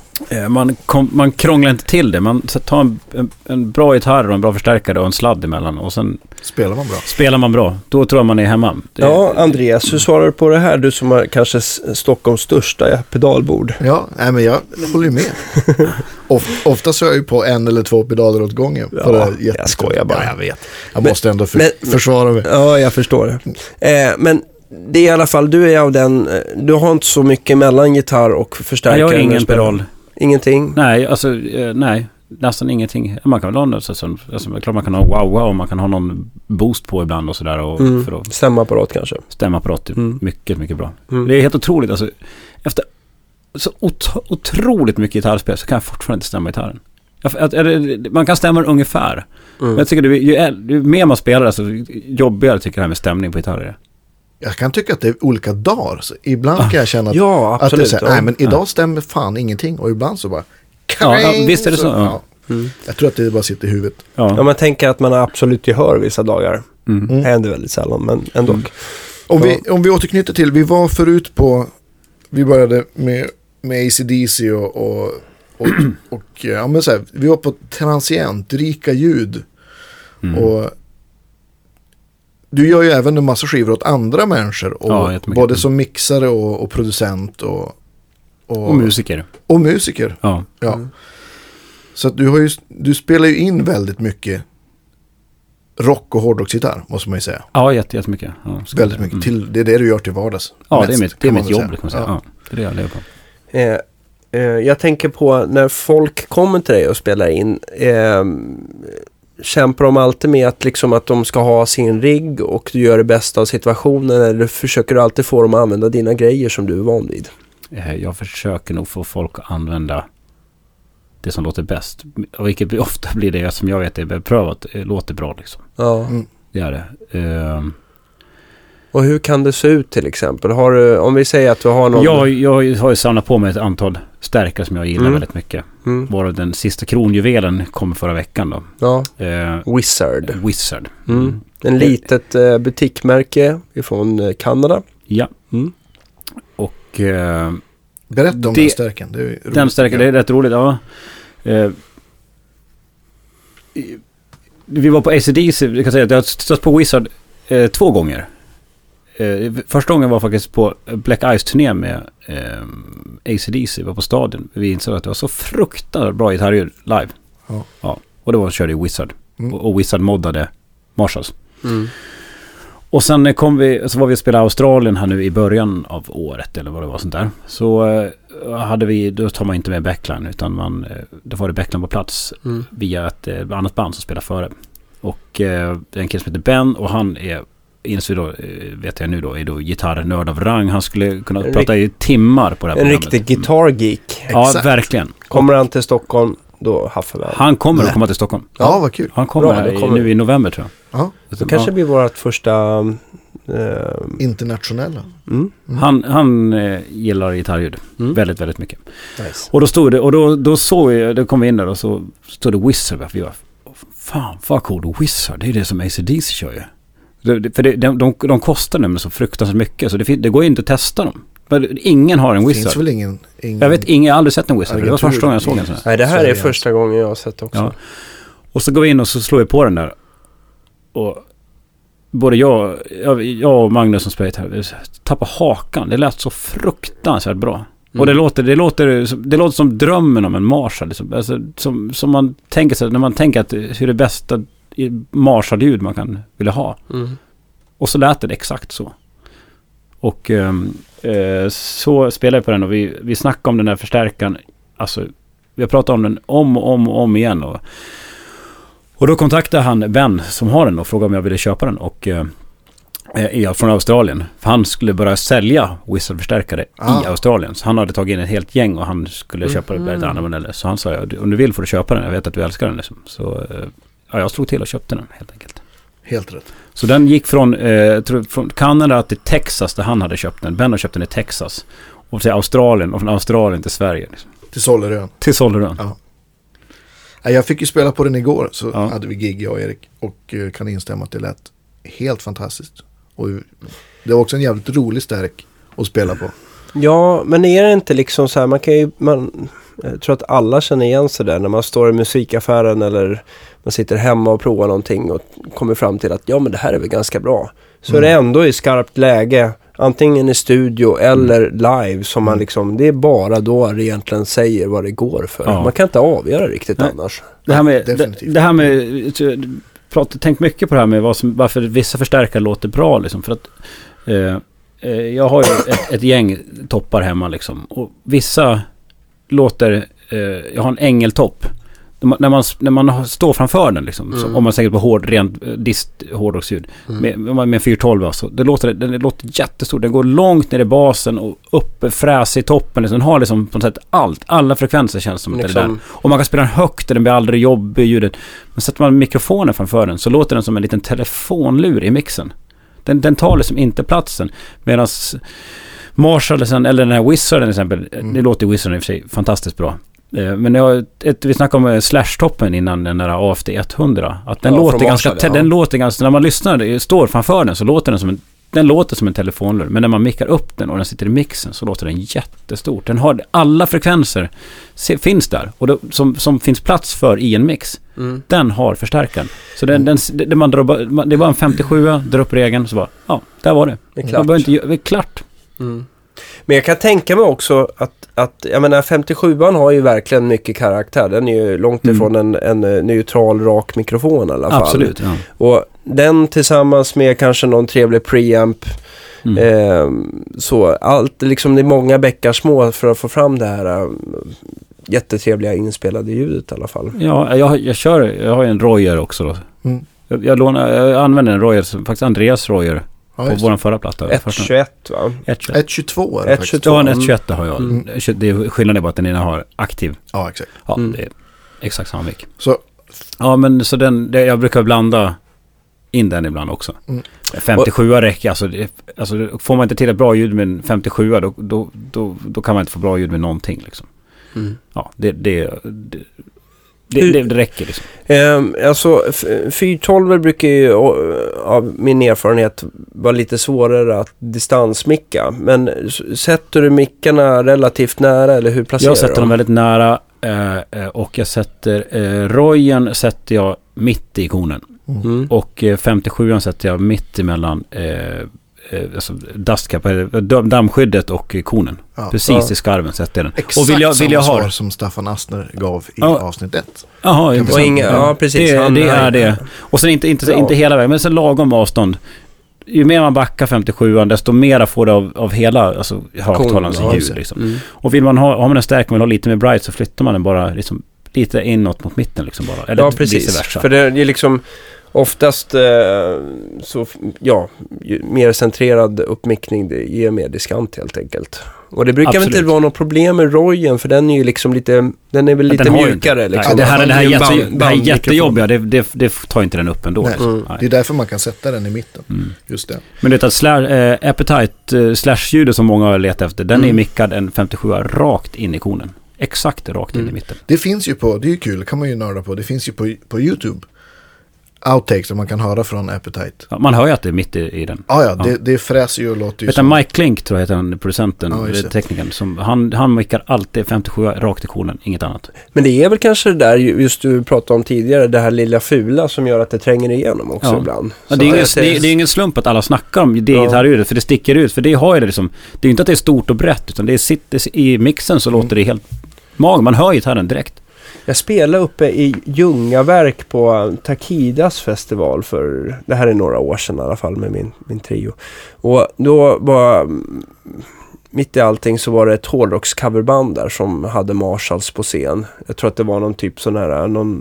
Man krånglar inte till det. Man tar en bra gitarr och en bra förstärkare och en sladd emellan och sen spelar man bra. Då tror jag man är hemma. Andreas, hur svarar du på det här? Du som har kanske Stockholms största pedalbord. Ja, men jag håller med. Ofta så är jag ju på 1 eller 2 pedaler åt gången. Ja, jag skojar bara. Ja, jag vet. Jag måste ändå försvara mig. Ja, jag förstår det. Men det är i alla fall, du är av den... Du har inte så mycket mellan gitarr och förstärkare. Jag har ingen pedal. Ingenting? Nej, nästan ingenting. Man kan väl ha något, klart man kan ha wow och man kan ha någon boost på ibland och sådär. Stämapparat kanske? Stämapparat, mycket, mycket bra. Det är helt otroligt. Alltså, efter så otroligt mycket gitarrspel så kan jag fortfarande inte stämma gitarren. Man kan stämma ungefär. Men jag tycker ju mer man spelar alltså, jobbigare tycker jag det här med stämning på gitarrer. Jag kan tycka att det är olika dagar. Så ibland kan jag känna att det är så här, nej men idag stämmer fan ingenting. Och ibland så bara... visst är det så. Ja. Jag tror att det bara sitter i huvudet. Ja, man tänker att man har absolut gehör vissa dagar. Det händer väldigt sällan, men ändå. Om vi återknyter till, vi var förut på... Vi började med AC/DC och ja, men så här, vi var på transient, rika ljud. Och du gör ju även en massa skivor åt andra människor. Och både som mixare och producent. Och musiker. Och musiker. Ja. Så att du spelar ju in väldigt mycket rock och hårdrocksgitarr, måste man ju säga. Ja, jättemycket. Ja, väldigt mycket. Det är det du gör till vardags. Ja, det är mitt jobb, kan man säga. Ja, det är det jag lever på. Jag tänker på när folk kommer till dig och spelar in... kämpar de alltid med att de ska ha sin rigg och du gör det bästa av situationen, eller försöker du alltid få dem att använda dina grejer som du är van vid? Jag försöker nog få folk att använda det som låter bäst. Och vilket ofta blir det som jag vet är beprövat. Det låter bra liksom. Ja. Det är det. Och hur kan det se ut till exempel? Om vi säger att du har någon... Jag har ju samlat på mig ett antal stärkare som jag gillar väldigt mycket. Varav den sista kronjuvelen kom förra veckan då. Ja. Wizard. En litet butikmärke ifrån Kanada. Ja. Och... berätta om den stärken. Den stärken, det är rätt roligt. Ja. Vi var på AC/DC. Jag kan säga att jag har stått på Wizard 2 gånger. Första gången var faktiskt på Black Ice-turné med AC/DC. Vi var på Stadion. Vi insåg att det var så fruktansvärt bra gitarrljud live. Ja. Och det var körde i Wizard. Och Wizard moddade Marshalls. Och sen så var vi och spelade Australien här nu i början av året eller vad det var sånt där. Så då tar man inte med backline utan då var det backline på plats via ett annat band som spelar före. Och det är en kille som heter Ben och han är insåg då, vet jag nu då, är då gitarrnörd av rang. Han skulle kunna prata i timmar på det här programmet. En riktig gitarrgeek. Ja, exakt. Verkligen. Kommer han till Stockholm, då Haffeberg. Han kommer att komma till Stockholm. Ja, vad kul. Han kommer nu i november, tror jag. Ja. Det kanske blir vårt första... internationella. Han gillar gitarrljud väldigt, väldigt mycket. Nice. Och då stod det, och då såg jag, då kom vi in där och så stod det Wizard. Vi var, fan vad cool, Wizard, det är det som AC/DC kör ju. För de kostar nämligen så fruktansvärt mycket, så det går inte att testa dem. Ingen har en Wizard. Finns väl ingen... Jag vet, jag har aldrig sett en Wizard. Det var första gången jag såg en sån här. Nej, det här är första gången jag har sett också. Ja. Och så går vi in och så slår vi på den där. Och både jag och Magnus som spelat här tappade hakan. Det lät så fruktansvärt bra. Och det låter som drömmen om en Marshall. Liksom. Alltså, som man tänker sig när man tänker att hur det bästa Marshall-ljud man kan vilja ha. Och så lät det exakt så. Och så spelade jag på den och vi snackade om den här förstärkaren. Alltså, vi har pratat om den om igen. Och då kontaktade han Ben som har den och frågade om jag ville köpa den. Och från Australien. För han skulle börja sälja Wizard-förstärkare i Australien. Så han hade tagit in ett helt gäng och han skulle köpa det andra modeller. Så han sa, om du vill får du köpa den. Jag vet att du älskar den. Liksom. Så jag slog till och köpte den helt enkelt. Helt rätt. Så den gick från Kanada till Texas där han hade köpt den. Ben har köpt den i Texas. Och till Australien och från Australien till Sverige. Liksom. Till Sollerön. Ja. Jag fick ju spela på den igår så hade vi gig, jag och Erik. Och kan instämma att det lät helt fantastiskt. Och det var också en jävligt rolig stärk att spela på. Ja, men är det inte liksom så här, jag tror att alla känner igen sig där när man står i musikaffären eller man sitter hemma och provar någonting och kommer fram till att ja, men det här är väl ganska bra. Så är det ändå i skarpt läge, antingen i studio eller live, som man liksom, det är bara då det egentligen säger vad det går för. Ja. Man kan inte avgöra riktigt annars. Det här med tänk mycket på det här med varför vissa förstärkare låter bra liksom, för att jag har ju ett gäng toppar hemma liksom, och vissa låter jag har en ängeltopp när man står framför den liksom, så, om man säger på rent hårdrocksljud med 412 alltså, det låter jättestort, den går långt ner i basen och uppe fräs i toppen liksom. Den har liksom på något sätt alla frekvenser känns som liksom. Det där. Och man kan spela den högt och den blir aldrig jobbig ljudet, men sätter man mikrofonen framför den så låter den som en liten telefonlur i mixen. Den tar liksom inte platsen, medan Marshall eller den här Wizarden till exempel, det låter Wizarden i och för sig fantastiskt bra. Men vi snackade om Slash-toppen innan den där AFD 100, att den låter ganska den låter ganska, när man lyssnar står framför den så låter den låter som en telefonlur, men när man mickar upp den och den sitter i mixen så låter den jättestort. Den har alla frekvenser finns där och som finns plats för i en mix. Den har förstärkaren. Så det var en 57, drar upp regeln så bara, där var det. Det är klart. Men jag kan tänka mig också att jag menar 57an har ju verkligen mycket karaktär. Den är ju långt ifrån en neutral rak mikrofon i alla fall. Absolut, ja. Och den tillsammans med kanske någon trevlig preamp så allt liksom, det är många bäckar små för att få fram det här jättetrevliga inspelade ljudet i alla fall. Ja, jag har ju en Royer också då. Jag använder en Royer, faktiskt Andreas Royer. På vår förra platta. 1.21 va? 1.22 är det faktiskt. Ja, en 1.21 har jag. Det är skillnaden bara att den ena har aktiv. Ja, exakt. Ja, det är exakt samma mick. Så. Ja, men så jag brukar blanda in den ibland också. 57 räcker, alltså får man inte till ett bra ljud med en 57 då kan man inte få bra ljud med någonting liksom. Ja, det räcker liksom. Alltså 412 brukar ju av min erfarenhet vara lite svårare att distansmicka, men sätter du mickarna relativt nära eller hur placerar du dem? Jag sätter dem väldigt nära och jag sätter Royen sätter jag mitt i konen och 57an sätter jag mitt emellan alltså dammskyddet och konen. Precis i skarven sätter jag den. Exakt och vill jag ha som Staffan Astner gav i avsnitt 1. Jaha, precis. Det är det. Och sen inte hela vägen, men sen lagom avstånd. Ju mer man backar 57an, desto mera får det av hela alltså högtalarens ljud liksom. Och vill man har man en stärk man vill ha lite mer bright så flyttar man den bara liksom lite inåt mot mitten liksom bara, eller precis. Vice versa. För det är liksom oftast så, ja, mer centrerad uppmickning, det ger mer diskant helt enkelt. Och det brukar väl inte vara något problem med Royen, för den är ju liksom lite, den är väl lite mjukare. Liksom. Det här jättejobbiga, det tar inte den upp ändå. Nej. Det är därför man kan sätta den i mitten. Just det. Men det är att Appetite slash-ljudet som många har letat efter, den är mickad en 57 rakt in i konen. Exakt rakt in i mitten. Det finns ju det är ju kul, kan man ju nörda på. Det finns ju på YouTube outtakes som man kan höra från Appetite. Ja, man hör ju att det är mitt i den. Det fräser ju och låter ju. Vet du, Mike Klink tror jag heter han, producenten, teknikern, som han mickar alltid 57 rakt i konen, inget annat. Men det är väl kanske det där just du pratade om tidigare, det här lilla fula som gör att det tränger igenom också ibland. Ja, det är ingen slump att alla snackar om det gitarrljudet, för det sticker ut, för det har ju det liksom, det är inte att det är stort och brett, utan det sitter i mixen så låter det helt man hör gitarren direkt. Jag spelade uppe i Ljungaverk på Takidas festival för, det här är några år sedan i alla fall, med min trio. Och då var, mitt i allting så var det ett hårdrockscoverband där som hade Marshalls på scen. Jag tror att det var någon typ sån här,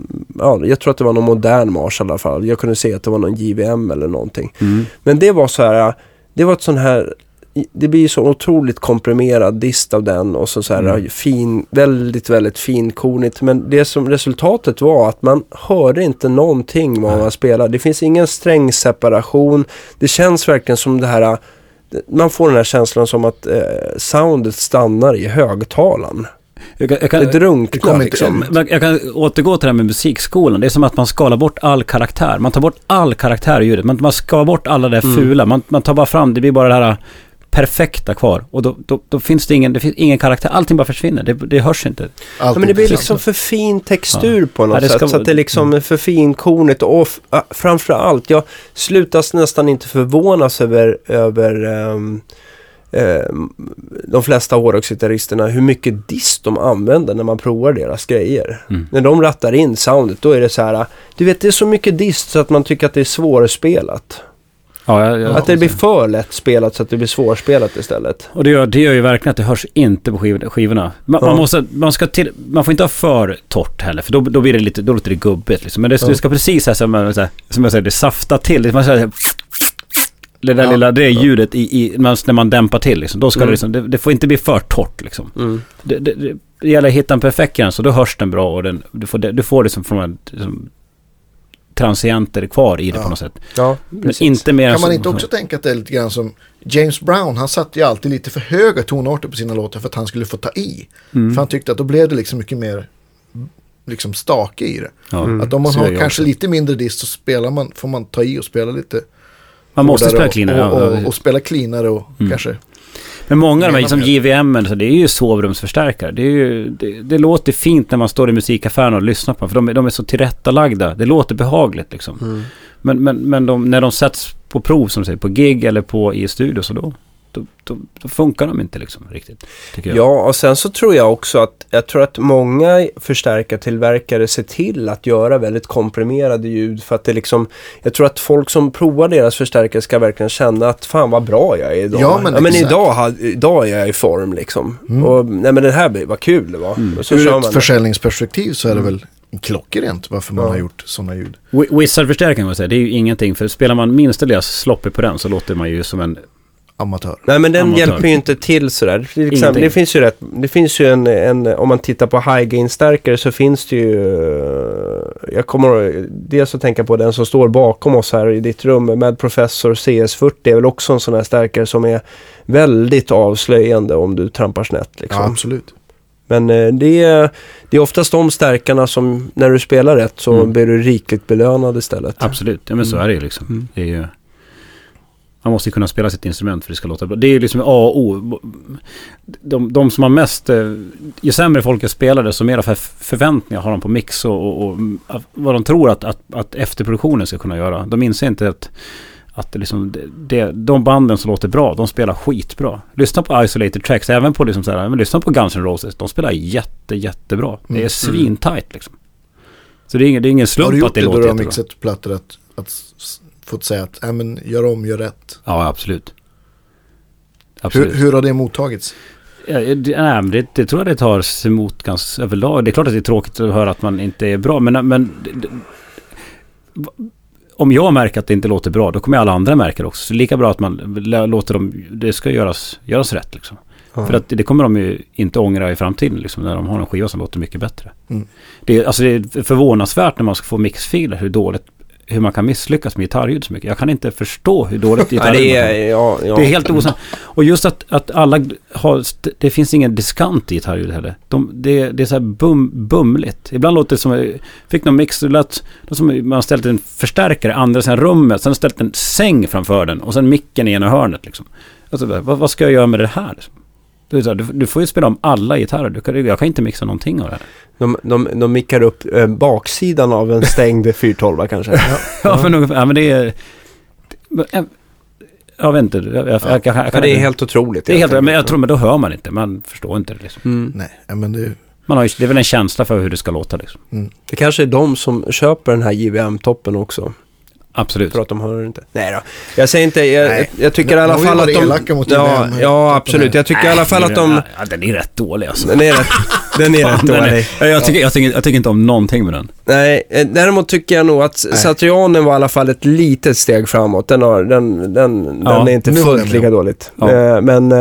jag tror att det var någon modern Marshall i alla fall. Jag kunde se att det var någon JVM eller någonting. Men det var så här, det var ett sån här, det blir så otroligt komprimerad dist av den och så här fin, väldigt, väldigt finkornigt. Men det som resultatet var att man hörde inte någonting vad man spelade. Det finns ingen strängseparation. Det känns verkligen som det här, man får den här känslan som att soundet stannar i högtalaren. Jag kan drunkna liksom. Jag kan återgå till det här med musikskolan. Det är som att man skalar bort all karaktär. Man tar bort all karaktär i ljudet. Man skalar bort alla det fula. Man tar bara fram, det blir bara det här perfekta kvar. Och då finns det ingen karaktär. Allting bara försvinner. Det hörs inte. Men det blir liksom för fin textur på något sätt. Så att det liksom är för finkornigt. Och framförallt, jag slutas nästan inte förvånas över de flesta hårdrocksgitarristerna hur mycket dist de använder när man provar deras grejer. När de rattar in soundet, då är det så här, du vet, det är så mycket dist så att man tycker att det är svårspelat. Att det blir för lätt spelat så att det blir svårspelat istället. Och det gör ju verkligen att det hörs inte på skivorna. Man får inte ha för torrt heller, för då blir det lite, då låter det gubbigt liksom. Men det ska precis här som jag säger, det safta till. Man säger det där lilla, det är ljudet när man dämpar till liksom. Då ska det liksom, det får inte bli för torrt liksom. Det gäller att hitta en perfekt gräns, så då hörs den bra och du får liksom från transienter kvar i det på något sätt. Ja, men inte mer. Kan man inte också tänka att det är lite grann som James Brown, han satte ju alltid lite för höga tonarter på sina låtar för att han skulle få ta i. För han tyckte att då blev det liksom mycket mer liksom stake i det. Att om man har kanske lite mindre dist så får man ta i och spela lite. Man måste spela cleanare. Och spela cleanare och kanske. Men många av de här som JVM, så det är ju sovrumsförstärkare. Det låter fint när man står i musikaffären och lyssnar på dem, för de är så tillrättalagda. Det låter behagligt liksom. Men när de sätts på prov, som säger, på gig eller i studio, så då funkar de inte liksom riktigt, tycker jag. Ja, och sen så tror jag också att många förstärkartillverkare ser till att göra väldigt komprimerade ljud, för att det liksom, jag tror att folk som provar deras förstärkare ska verkligen känna att fan vad bra jag är idag. Ja, men idag är jag i form liksom. Och nej, men det här var kul det var. Så ur ett försäljningsperspektiv så är det väl klockrent varför man har gjort sådana ljud. Wizard-förstärkaren, man säger, det är ju ingenting, för spelar man minsta lilla sloppy på den så låter man ju som en amatör. Nej, men den hjälper ju inte till sådär. Till exempel, det finns ju en om man tittar på high gain stärkare, så finns det ju, jag kommer dels att tänka på den som står bakom oss här i ditt rum, med Professor CS40, är väl också en sån här stärkare som är väldigt avslöjande om du trampar snett liksom. Ja, absolut. Men det är oftast de stärkarna som när du spelar rätt så blir du rikligt belönad istället. Absolut, ja, men så är det ju liksom. Det är ju, man måste ju kunna spela sitt instrument för att det ska låta bra. Det är liksom A och O. De som har mest, ju sämre folk spelar, så mer förväntningar har de på mix och vad de tror att efterproduktionen ska kunna göra. De inser inte att det liksom, de banden som låter bra, de spelar skitbra. Lyssna på Isolated Tracks, även på liksom så här, men lyssna på Guns N' Roses, de spelar jättebra. Det är svintajt liksom. Så det är ingen slump att det låter jättebra. Har du gjort det då du har mixat plattor att fått säga att gör om, gör rätt? Ja, absolut. Hur har det mottagits? Det tror jag det tar emot ganska överlag. Det är klart att det är tråkigt att höra att man inte är bra, men om jag märker att det inte låter bra, då kommer alla andra märka det också. Så det är lika bra att man låter dem, det ska göras rätt liksom. För att det kommer de ju inte ångra i framtiden liksom, när de har en skiva som låter mycket bättre. Det är förvånansvärt när man ska få mixfiler hur man kan misslyckas med gitarrljud så mycket. Jag kan inte förstå hur dåligt gitarrljud det är helt osant. Och just att alla har, det finns ingen diskant i gitarrljud heller. Det är så här bumligt. Ibland låter det som, fick någon mix, det lät som man ställt en förstärkare andra sidan rummet, sen ställt en säng framför den och sen micken i ena hörnet liksom. Alltså, vad ska jag göra med det här liksom? Du får ju spela om alla gitarrer. Jag kan inte mixa någonting av det här. De mickar upp baksidan av en stängd 412 kanske. Men det är... Jag vet inte. Det är helt otroligt. Det är helt, men jag tror, men då hör man inte. Man förstår inte det liksom. Nej, men det... Det är väl en känsla för hur det ska låta liksom. Det kanske är de som köper den här JVM-toppen också. Absolut. För att de hör inte. Nej då. Jag säger inte, jag tycker i alla fall att de... Ja, absolut. Jag tycker i alla fall att de... Ja, den är rätt dålig alltså. Den är rätt dålig. Jag tycker inte om någonting med den. Nej, däremot tycker jag nog att Satrianen var i alla fall ett litet steg framåt. Den är inte fullt lika dåligt. Ja.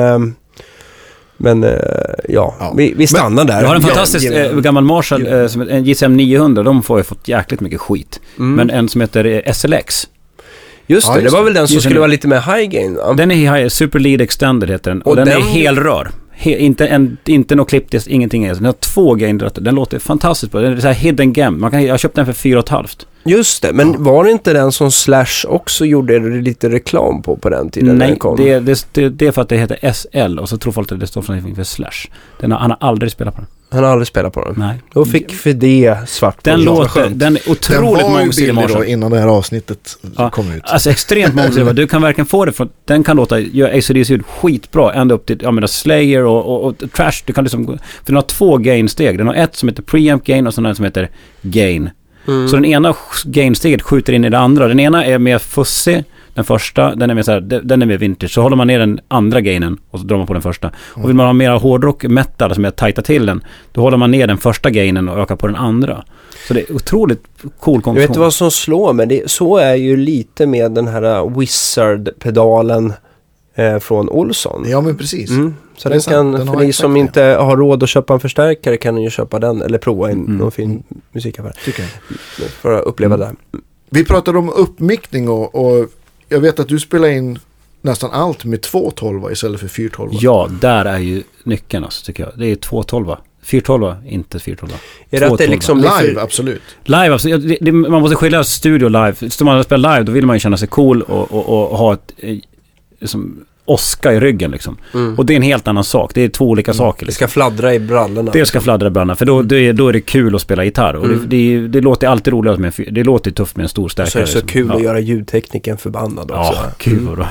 Men vi stannar där. Jag har en fantastisk gammal Marshall, som en JCM 900, de får ju fått jäkligt mycket skit. Men en som heter SLX. Just det var väl den som skulle vara lite mer high gain. Ja. Den är high, Super Lead Extended heter den. Och den är helrör. Inte något klipptest, ingenting. Den har 2 gain. Den låter fantastiskt bra. Den är så här hidden gem. Jag köpte den för 4,5. Just det, men var det inte den som Slash också gjorde lite reklam på den tiden? Nej, det är för att det heter SL och så tror folk att det står för Slash. Han har aldrig spelat på den. Han har aldrig spelat på den? Nej. Då fick för det svart på den. Den är otroligt mångsidig då innan det här avsnittet kom ut. Alltså extremt mångsidig. Du kan verkligen få det från, den kan göra AC/DC skitbra ända upp till Slayer och Trash. Du kan liksom, för den har 2 gain-steg. Den har ett som heter preamp gain och sen en som heter gain. Så den ena gain-steget skjuter in i det andra. Den ena är mer fussig. Den första, den är mer vintage. Så håller man ner den andra gainen och så drar man på den första. Och vill man ha mer hårdrock metal som är tajta till den, då håller man ner den första gainen och ökar på den andra. Så det är otroligt cool konstruktion. Jag vet inte vad som slår mig. Så är ju lite med den här Wizard-pedalen från Olsson. Ja, men precis. Så den kan, för ni som inte har råd att köpa en förstärkare kan ni ju köpa den eller prova någon fin musikaffär. Tycker jag. För att uppleva det. Vi pratade om uppmickning och jag vet att du spelar in nästan allt med 212 istället för 412. Ja, där är ju nyckeln alltså, tycker jag. Det är 212. 412, inte 412. Är det att det liksom live, absolut. Live, absolut. Man måste skilja studio och live. Så man spelar live, då vill man ju känna sig cool och ha ett liksom åska i ryggen liksom. Och det är en helt annan sak. Det är 2 olika saker. Det ska fladdra i brallorna. Det ska fladdra i brallorna. För då är det kul att spela gitarr. Och det låter alltid roligt med det låter tufft med en stor stärkare. Så är det så kul att göra ljudtekniken förbannad också. Ja, kul då.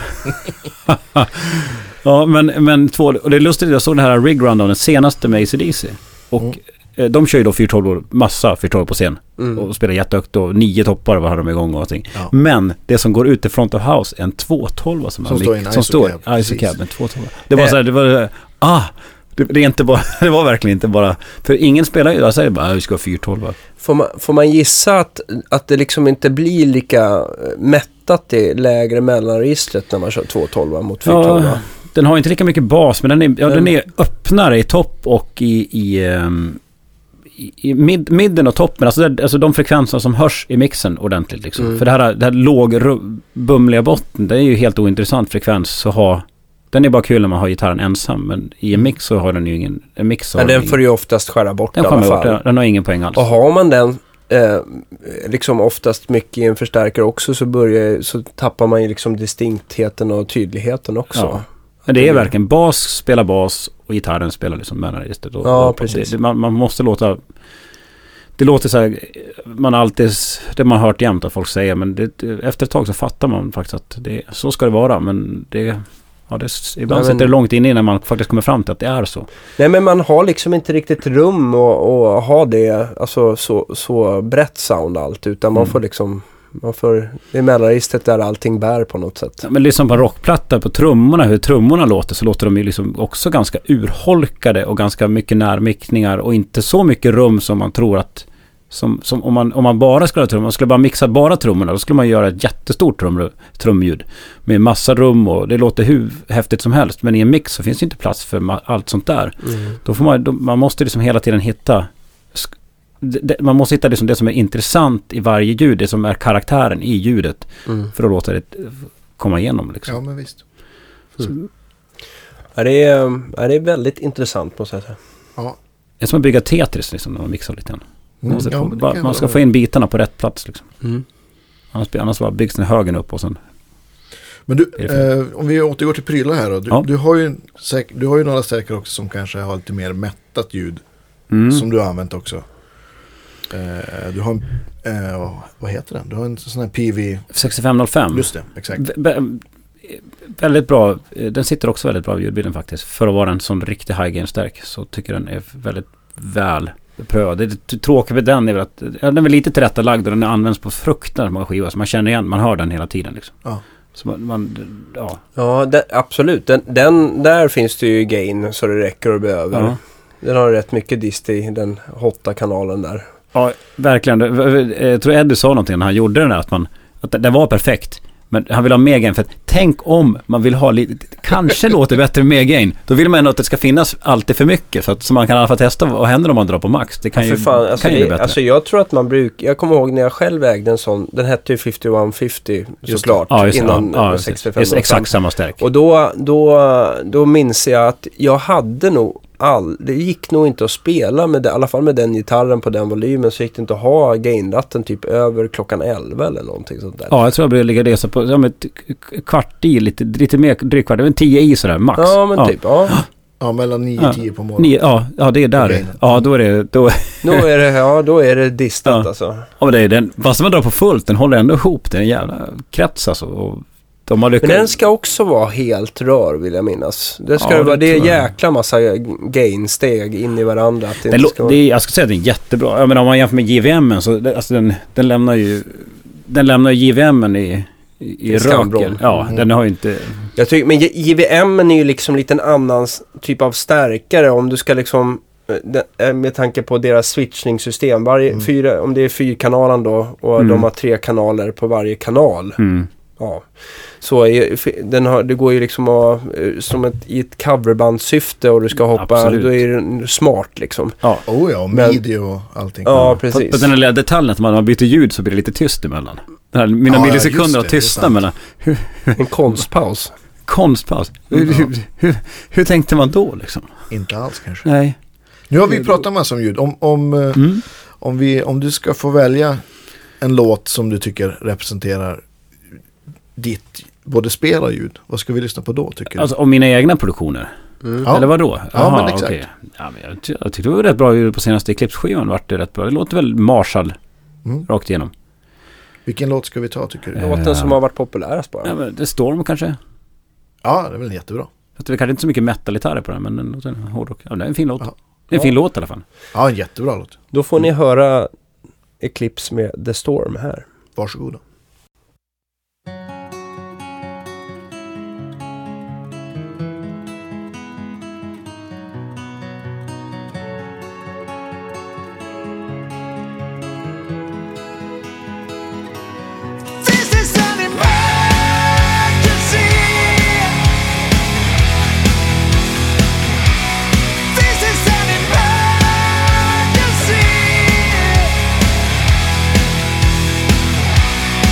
Ja, men 2, och det är lustigt, jag såg det här Rig Rundown, den senaste med AC/DC. Och de kör ju då 412, massa 412 på scen. Och spelar jättehögt och 9 toppar var de igång och allting. Ja. Men det som går ut i front of house är en 212 som står i ISO-cab med 212. Det var så här, det är inte bara, det var verkligen inte bara, för ingen spelar ju, jag säger bara vi ska ha 412. Får man gissa att det liksom inte blir lika mättat i lägre mellanregistret när man kör 212 mot 412? Ja, den har inte lika mycket bas, men den är öppnare i topp och i midden och toppen, alltså de frekvenser som hörs i mixen ordentligt liksom. För det här låg bumliga botten, det är ju helt ointressant frekvens så ha. Den är bara kul när man har gitarren ensam, men i en mix så har den ju ingen mix. Men den får ju oftast skära bort i alla fall. Den har ingen poäng alls. Och har man den liksom oftast mycket i en förstärkare också så tappar man ju liksom distinktheten och tydligheten också. Ja. Men det är verkligen bas spelar bas och gitarren spelar liksom mellanregistret. Ja, precis. Man måste låta. Det låter så här, man alltid, det man har hört jämt att folk säger, men efter ett tag så fattar man faktiskt att så ska det vara, men ibland sitter det långt in innan man faktiskt kommer fram till att det är så. Nej, men man har liksom inte riktigt rum och ha det, alltså så brett sound allt, utan man får liksom, det är mellanregistret där allting bär på något sätt. Ja, men liksom på rockplatta, på trummorna, hur trummorna låter, så låter de ju liksom också ganska urholkade och ganska mycket närmickningar och inte så mycket rum som man tror att Som om man bara skulle ha trummor, man skulle bara mixa bara trummorna, då skulle man göra ett jättestort trumljud med massa rum och det låter hur häftigt som helst, men i en mix så finns det inte plats för allt sånt där. Då får man måste liksom hela tiden hitta man måste hitta det som är intressant i varje ljud, det som är karaktären i ljudet för att låta det komma igenom liksom. Ja, men visst. Det är väldigt intressant måste jag säga. Ja. Det är som att bygga Tetris liksom, när man mixar lite grann. Man ska få in bitarna på rätt plats liksom. Annars bara byggs den högen upp och sen. Men du, om vi återgår till prylar här då. Du har ju några stärkare också som kanske har lite mer mättat ljud som du har använt också. Du har vad heter den? Du har en sån här PV 6505. Just det, exakt. Väldigt bra. Den sitter också väldigt bra i ljudbilden faktiskt. För att vara en sån riktig high gain stärk så tycker den är väldigt väl prövad. Det tråkiga med den är väl att den är lite tillrättalagd och den används på fruktansvärt många skivor så man känner igen, man hör den hela tiden liksom. Ja. Så absolut. Den där finns det ju gain så det räcker och behöver. Ja. Den har rätt mycket dist i den hotta kanalen där. Ja, verkligen. Jag tror Eddie sa någonting när han gjorde den där att den var perfekt. Men han vill ha mer gain för att tänk om man vill ha lite, kanske låter bättre med gain. Då vill man ändå att det ska finnas alltid för mycket så man kan i alla fall testa vad händer om man drar på max. Det kan ju bli bättre. Alltså jag tror att jag kommer ihåg när jag själv ägde en sån, den hette ju 5150 såklart innan 65. Exakt samma stärk. Och då minns jag att jag hade nog det gick nog inte att spela med det, i alla fall med den gitarren på den volymen så gick det inte att ha gainratten typ över klockan 11 eller någonting sånt där. Ja, jag tror jag började ligga det så på ett kvart i, lite mer drygt kvart, det var en 10 i sådär max. Ja, men typ, ja. Ja, mellan 9 och 10 på morgonen. Ja, det är där. Ja, då är det distat alltså. Ja, men det är den, fast man drar på fullt, den håller ändå ihop, det är en jävla krets alltså. Och men den ska också vara helt rör vill jag minnas. Det ska vara det är jäkla massa gainsteg in i varandra. Att jag ska säga att den är jättebra. Jag menar, om man jämför med JVM så alltså den lämnar ju JVM i röken. Ja, den har ju inte. Jag tycker, men JVM är ju liksom lite en annan typ av stärkare om du ska liksom med tanke på deras switchningssystem. Om det är 4-kanalen då och de har 3 kanaler på varje kanal. Ja. Så det går ju liksom i ett coverbandsyfte och du ska hoppa. Absolut. Då är det smart liksom. Ja. Midi och allting. Ja, precis. På den här lilla detaljen att man byter ljud så blir det lite tyst emellan. Mina millisekunder att tysta mellan. En konstpaus. Hur tänkte man då liksom? Inte alls kanske. Nej. Nu har vi pratat massor om ljud. Om du ska få välja en låt som du tycker representerar ditt både spel och ljud. Vad ska vi lyssna på då tycker du? Alltså om mina egna produktioner? Eller vad då? Ja, men exakt. Okay. Ja, men jag tyckte det var rätt bra ljud på senaste Eclipse-skivan. Vart det rätt bra. Det låter väl Marshall rakt igenom. Vilken låt ska vi ta tycker du? Låten som har varit populärast bara. Ja, men det Storm kanske. Ja, det är väl jättebra. Det är kanske inte så mycket metal-gitarrer på den, men den låter hårdrock. Ja, det är en fin låt. Ja. Det är en fin låt i alla fall. Ja, en jättebra låt. Då får ni höra Eclipse med The Storm här. Varsågoda. Emergency!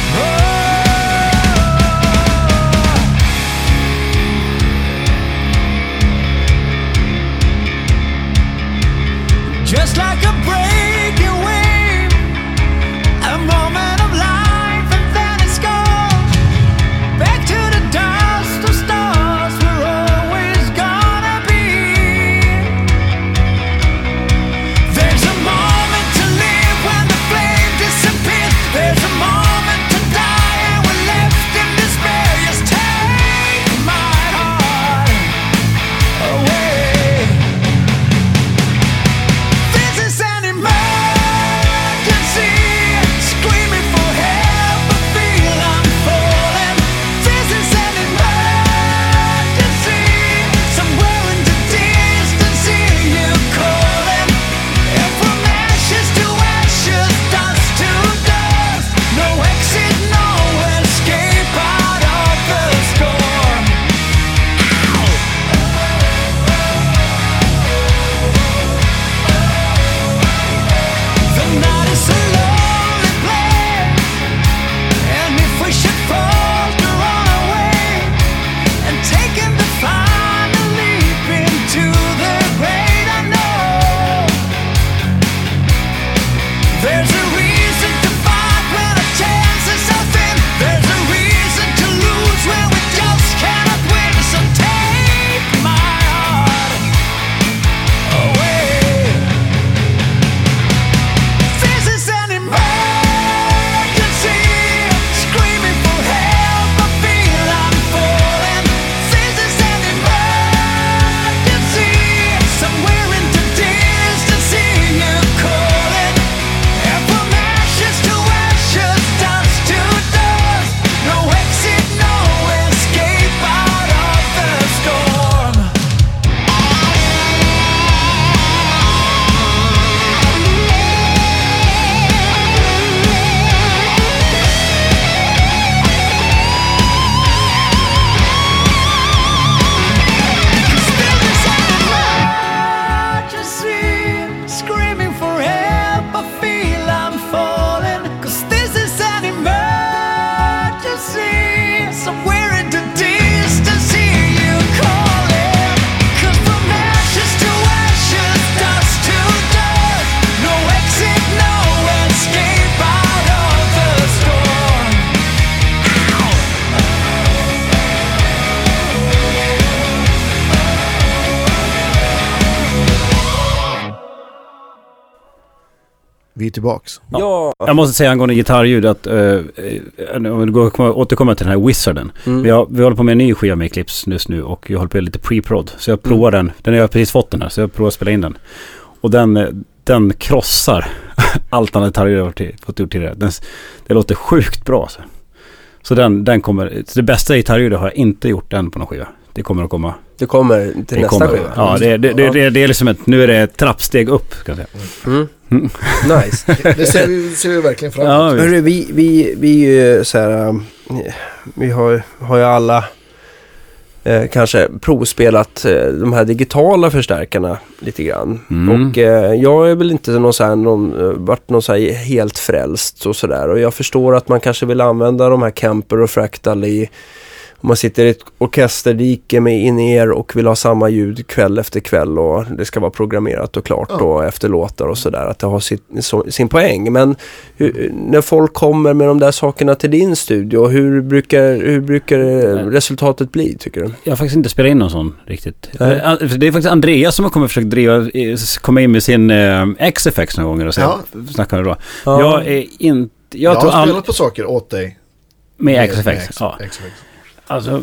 vi är tillbaks. Ja. Jag måste säga angående gitarrljud att om vi återkommer till den här Wizarden. Vi håller på med en ny skiva med Eclipse just nu och jag håller på lite pre-prod. Så jag provar den. Den har jag precis fått den här så jag provar att spela in den. Och den krossar allt annat gitarrljud jag har fått gjort tidigare. Det låter sjukt bra. Så den kommer, det bästa gitarrljudet har jag inte gjort än på någon skiva. Det kommer att komma. Det kommer till nästa skiva. Ja, det är liksom nu är det ett trappsteg upp kan jag säga. Nice. Det ser vi verkligen fram emot. Ja, hörru, vi är ju så här, vi har ju alla kanske provspelat de här digitala förstärkarna lite grann. Och jag är väl inte varit någon så här helt frälst och sådär. Och jag förstår att man kanske vill använda de här Kemper och Fractal om man sitter i ett orkesterdike med in-ear och vill ha samma ljud kväll efter kväll och det ska vara programmerat och klart och efter låtar och sådär, att det har sin poäng. Men när folk kommer med de där sakerna till din studio, hur brukar resultatet bli, tycker du? Jag har faktiskt inte spelat in någon sån riktigt. Det är faktiskt Andreas som har kommit och försökt komma in med sin XFX några gånger och snacka då. Jag har spelat på saker åt dig. Med XFX. Alltså,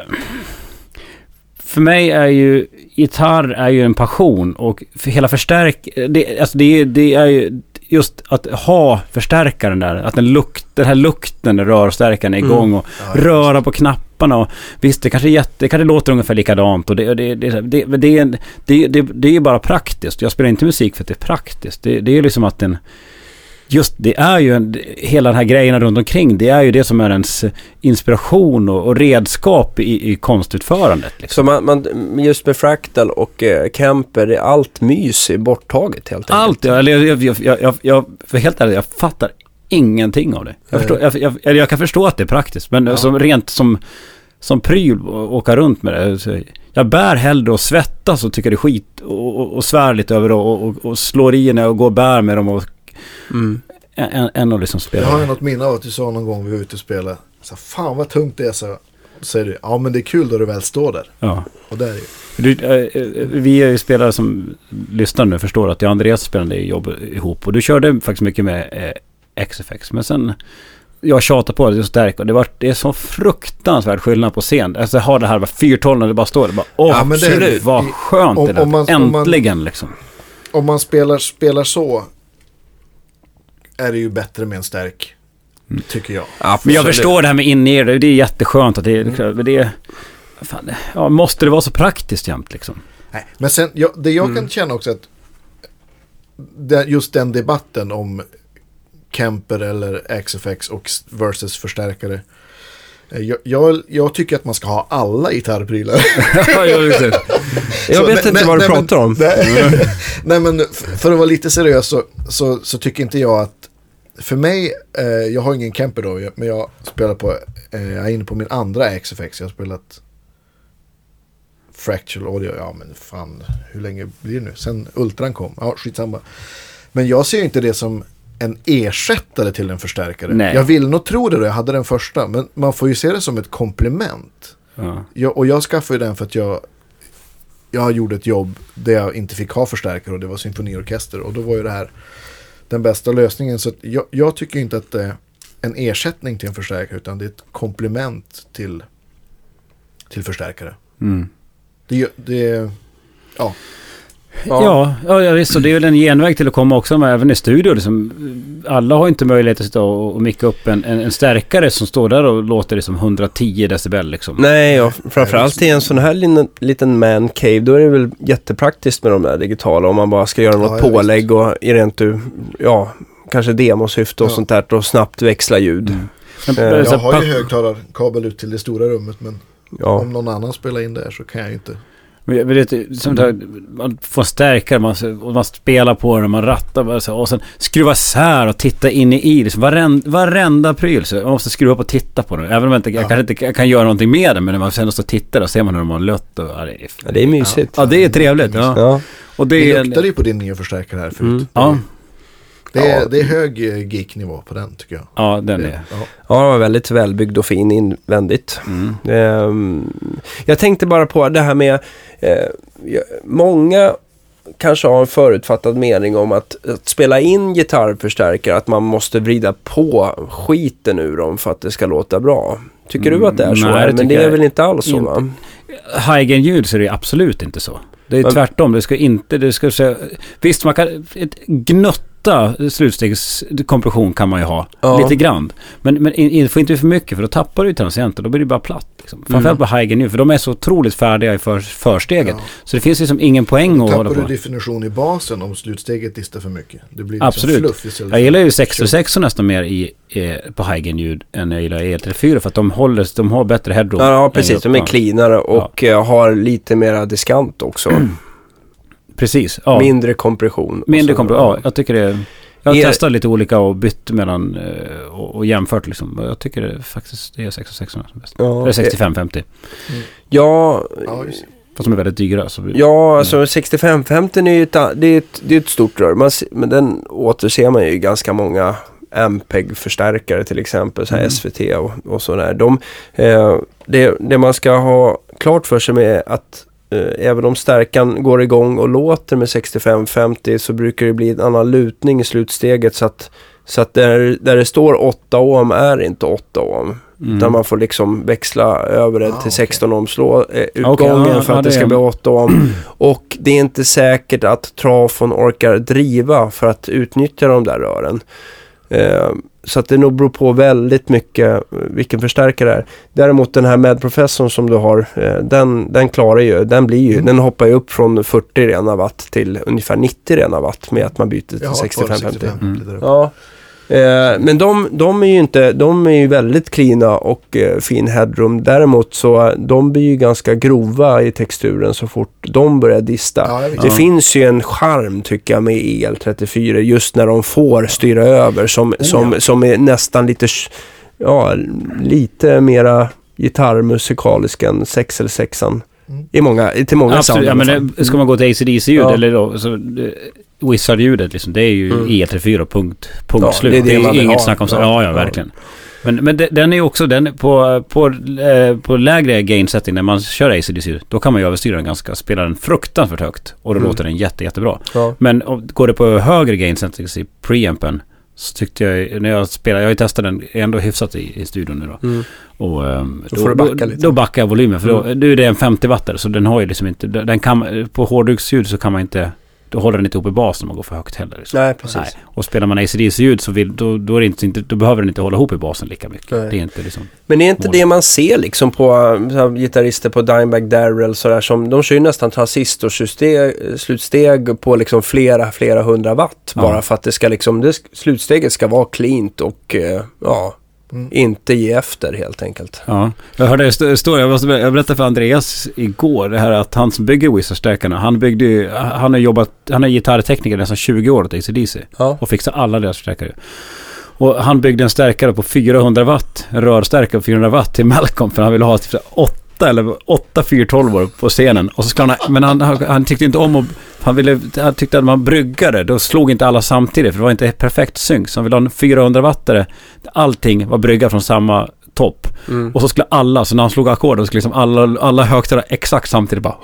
för mig är ju gitarr är ju en passion och för hela det är ju just att ha förstärkaren där, att den här lukten rörstärkaren är igång och röra på knapparna och visst, det kanske låter ungefär likadant och det är ju bara praktiskt. Jag spelar inte musik för att det är praktiskt. Det är liksom att det är ju hela den här grejerna runt omkring, det är ju det som är ens inspiration och redskap i konstutförandet. Liksom. Så man just med Fractal och Kemper, är allt mys borttaget helt enkelt? Allt, jag för helt ärligt, jag fattar ingenting av det. Jag kan förstå att det är praktiskt, men rent som pryl åka runt med det. Så jag bär hellre och svettas och tycker det är skit och svär lite över och slår i henne och går och bär med dem och än att liksom spela. Jag har ju något minne av att du sa någon gång vi var ute och spelade så fan vad tungt det är, så säger du, ja men det är kul då du väl står där. Ja. Och där är vi är ju spelare som lyssnar nu förstår att jag och Andreas spelade jobb ihop och du körde faktiskt mycket med XFX, men sen jag tjatar på det just där och det är så fruktansvärt skillnad på scen. Alltså har det här 412 när det bara står det bara absolut vad skönt det där. Äntligen liksom. Om man spelar så är det ju bättre med en stärk, tycker jag. Absolut. Men jag förstår det här med in-ear, det är jätteskönt att det måste det vara så praktiskt jämt liksom. Nej, men sen det jag kan känna också att just den debatten om Kemper eller XFX och versus förstärkare, jag tycker att man ska ha alla gitarrprylar. Jag vet inte vad du pratar om. Nej, men för att vara lite seriös så tycker inte jag att, för mig, jag har ingen Kemper då, men jag spelar på, jag är inne på min andra XFX. Jag har spelat Fractal Audio, men fan, hur länge blir det nu? Sen Ultran kom, skitsamma. Men jag ser inte det som en ersättare till en förstärkare. Nej. Jag vill nog tro det då, jag hade den första, men man får ju se det som ett komplement. Och jag skaffade den för att jag gjorde ett jobb där jag inte fick ha förstärkare och det var symfoniorkester och då var ju det här den bästa lösningen, så att jag tycker inte att det är en ersättning till en förstärkare utan det är ett komplement till förstärkare. Ja, visst, och det är väl en genväg till att komma också med, även i studio liksom, alla har inte möjlighet att sitta och micka upp en stärkare som står där och låter det som 110 decibel liksom. Nej, och framförallt i en sån här liten man cave, då är det väl jättepraktiskt med de där digitala, om man bara ska göra något pålägg och i rent kanske demosyfte och sånt där och snabbt växla ljud. Jag har ju högtalarkabel ut till det stora rummet, men om någon annan spelar in där så kan jag ju inte. Man får stärkare, man spelar på det, man rattar och sen skruva isär och titta in i det. Varenda pryl, så man måste skruva upp och titta på det. Även om jag kanske inte kan göra någonting med det, men när man sen står och tittar och ser man hur de har lött. Det är mysigt. Ja, det är trevligt. Ja. Och det luktar ju på din nya förstärkare här förut. Det är hög geek-nivå på den, tycker jag. Ja, den är. Ja, det var väldigt välbyggd och fin invändigt. Jag tänkte bara på det här med många kanske har en förutfattad mening om att spela in gitarrförstärkare, att man måste vrida på skiten ur dem för att det ska låta bra. Tycker du att det är så? Nej, men det är väl inte alls så, va? High-gain-ljud så är det absolut inte så. Det är tvärtom. Det ska säga, visst, man kan ett gnutta slutstegskompression kan man ju ha. Lite grann. Men det får inte för mycket, för då tappar du ju transienter. Då blir det bara platt. Liksom. Framförallt på high-gain nu, för de är så otroligt färdiga i försteget. Ja. Så det finns liksom ingen poäng att hålla på. Tappar du definition i basen om slutsteget distar för mycket? Det blir liksom absolut. Fluff istället. Jag gillar ju 606 nästan mer på high-gain ljud än jag gillar EL34, för att de har bättre headroom. Ja, precis. De är cleanare och har lite mera diskant också. Precis. Ja. Mindre kompression. Ja, jag tycker det. Jag har testat lite olika och bytt mellan och jämfört liksom. Jag tycker det faktiskt det är 606 som är bäst. Ja, eller 6550. Ja. Fast de är väldigt dyra. Så alltså 6550 är ju ett stort rör. Men den återser man ju ganska många MPEG-förstärkare till exempel, så här SVT och sådär. Det man ska ha klart för sig med att även om stärkan går igång och låter med 6550 så brukar det bli en annan lutning i slutsteget, så att där det står 8 ohm är inte 8 ohm. Utan man får liksom växla över det till 16 ohm utgången för att det ska bli 8 ohm. Och det är inte säkert att trafon orkar driva för att utnyttja de där rören. Så att det nog beror på väldigt mycket vilken förstärkare det är. Däremot den här medprofessorn som du har, den klarar ju, den hoppar ju upp från 40 rena watt till ungefär 90 rena watt med att man byter till 65-50. Ja. Men de är ju väldigt cleana och fin headroom. Däremot så de blir ju ganska grova i texturen så fort de börjar dista. Det finns ju en charm tycker jag med EL34 just när de får styra över som är nästan lite mera gitarrmusikalisk än 6 eller 6an. Till många sound. Ja, men ska man gå till AC/DC-ljud eller då, så Wizard-ljudet liksom, det är ju E34 punkt slut. Det är inget snack om så. Ja, verkligen. Men den är ju också på lägre gain setting när man kör AC/DC, då kan man ju överstyra den spela den fruktansvärt högt och då låter den jättebra. Men går det på högre gain settings i preampen, så tyckte jag när jag spelade, jag har ju testat den ändå hyfsat i studion nu då. Och då backar jag volymen, för då är det en 50 wattare, så den har ju liksom inte, den kan, på hårdrocksljud så kan man inte, då håller den inte upp i bas när man går för högt heller. Liksom. Nej, precis. Nej. Och spelar man AC/DC-ljud så då behöver den inte hålla ihop i basen lika mycket. Nej. Det är inte liksom. Men det är inte det man ser liksom på gitarrister på Dimebag Darrell sådär, som de kör ju nästan transistorslutsteg på liksom flera 100 watt bara för att det ska liksom, slutsteget ska vara cleant och inte ge efter helt enkelt. Ja, jag hörde jag berättade för Andreas igår det här att han som bygger Wizard-stärkarna, han är gitarrtekniker nästan 20 år åt AC/DC och fixar alla deras förstärkare. Och han byggde en stärkare på 400 watt, en rörstärkare på 400 watt till Malcolm, för han ville ha 8 412 på scenen, och så skulle han tyckte inte om han tyckte att man bryggade, då slog inte alla samtidigt, för det var inte perfekt synk, så han ville ha en 400 wattare, allting var brygga från samma topp, och så skulle alla, så när han slog ackord, då skulle liksom alla högtalare exakt samtidigt bara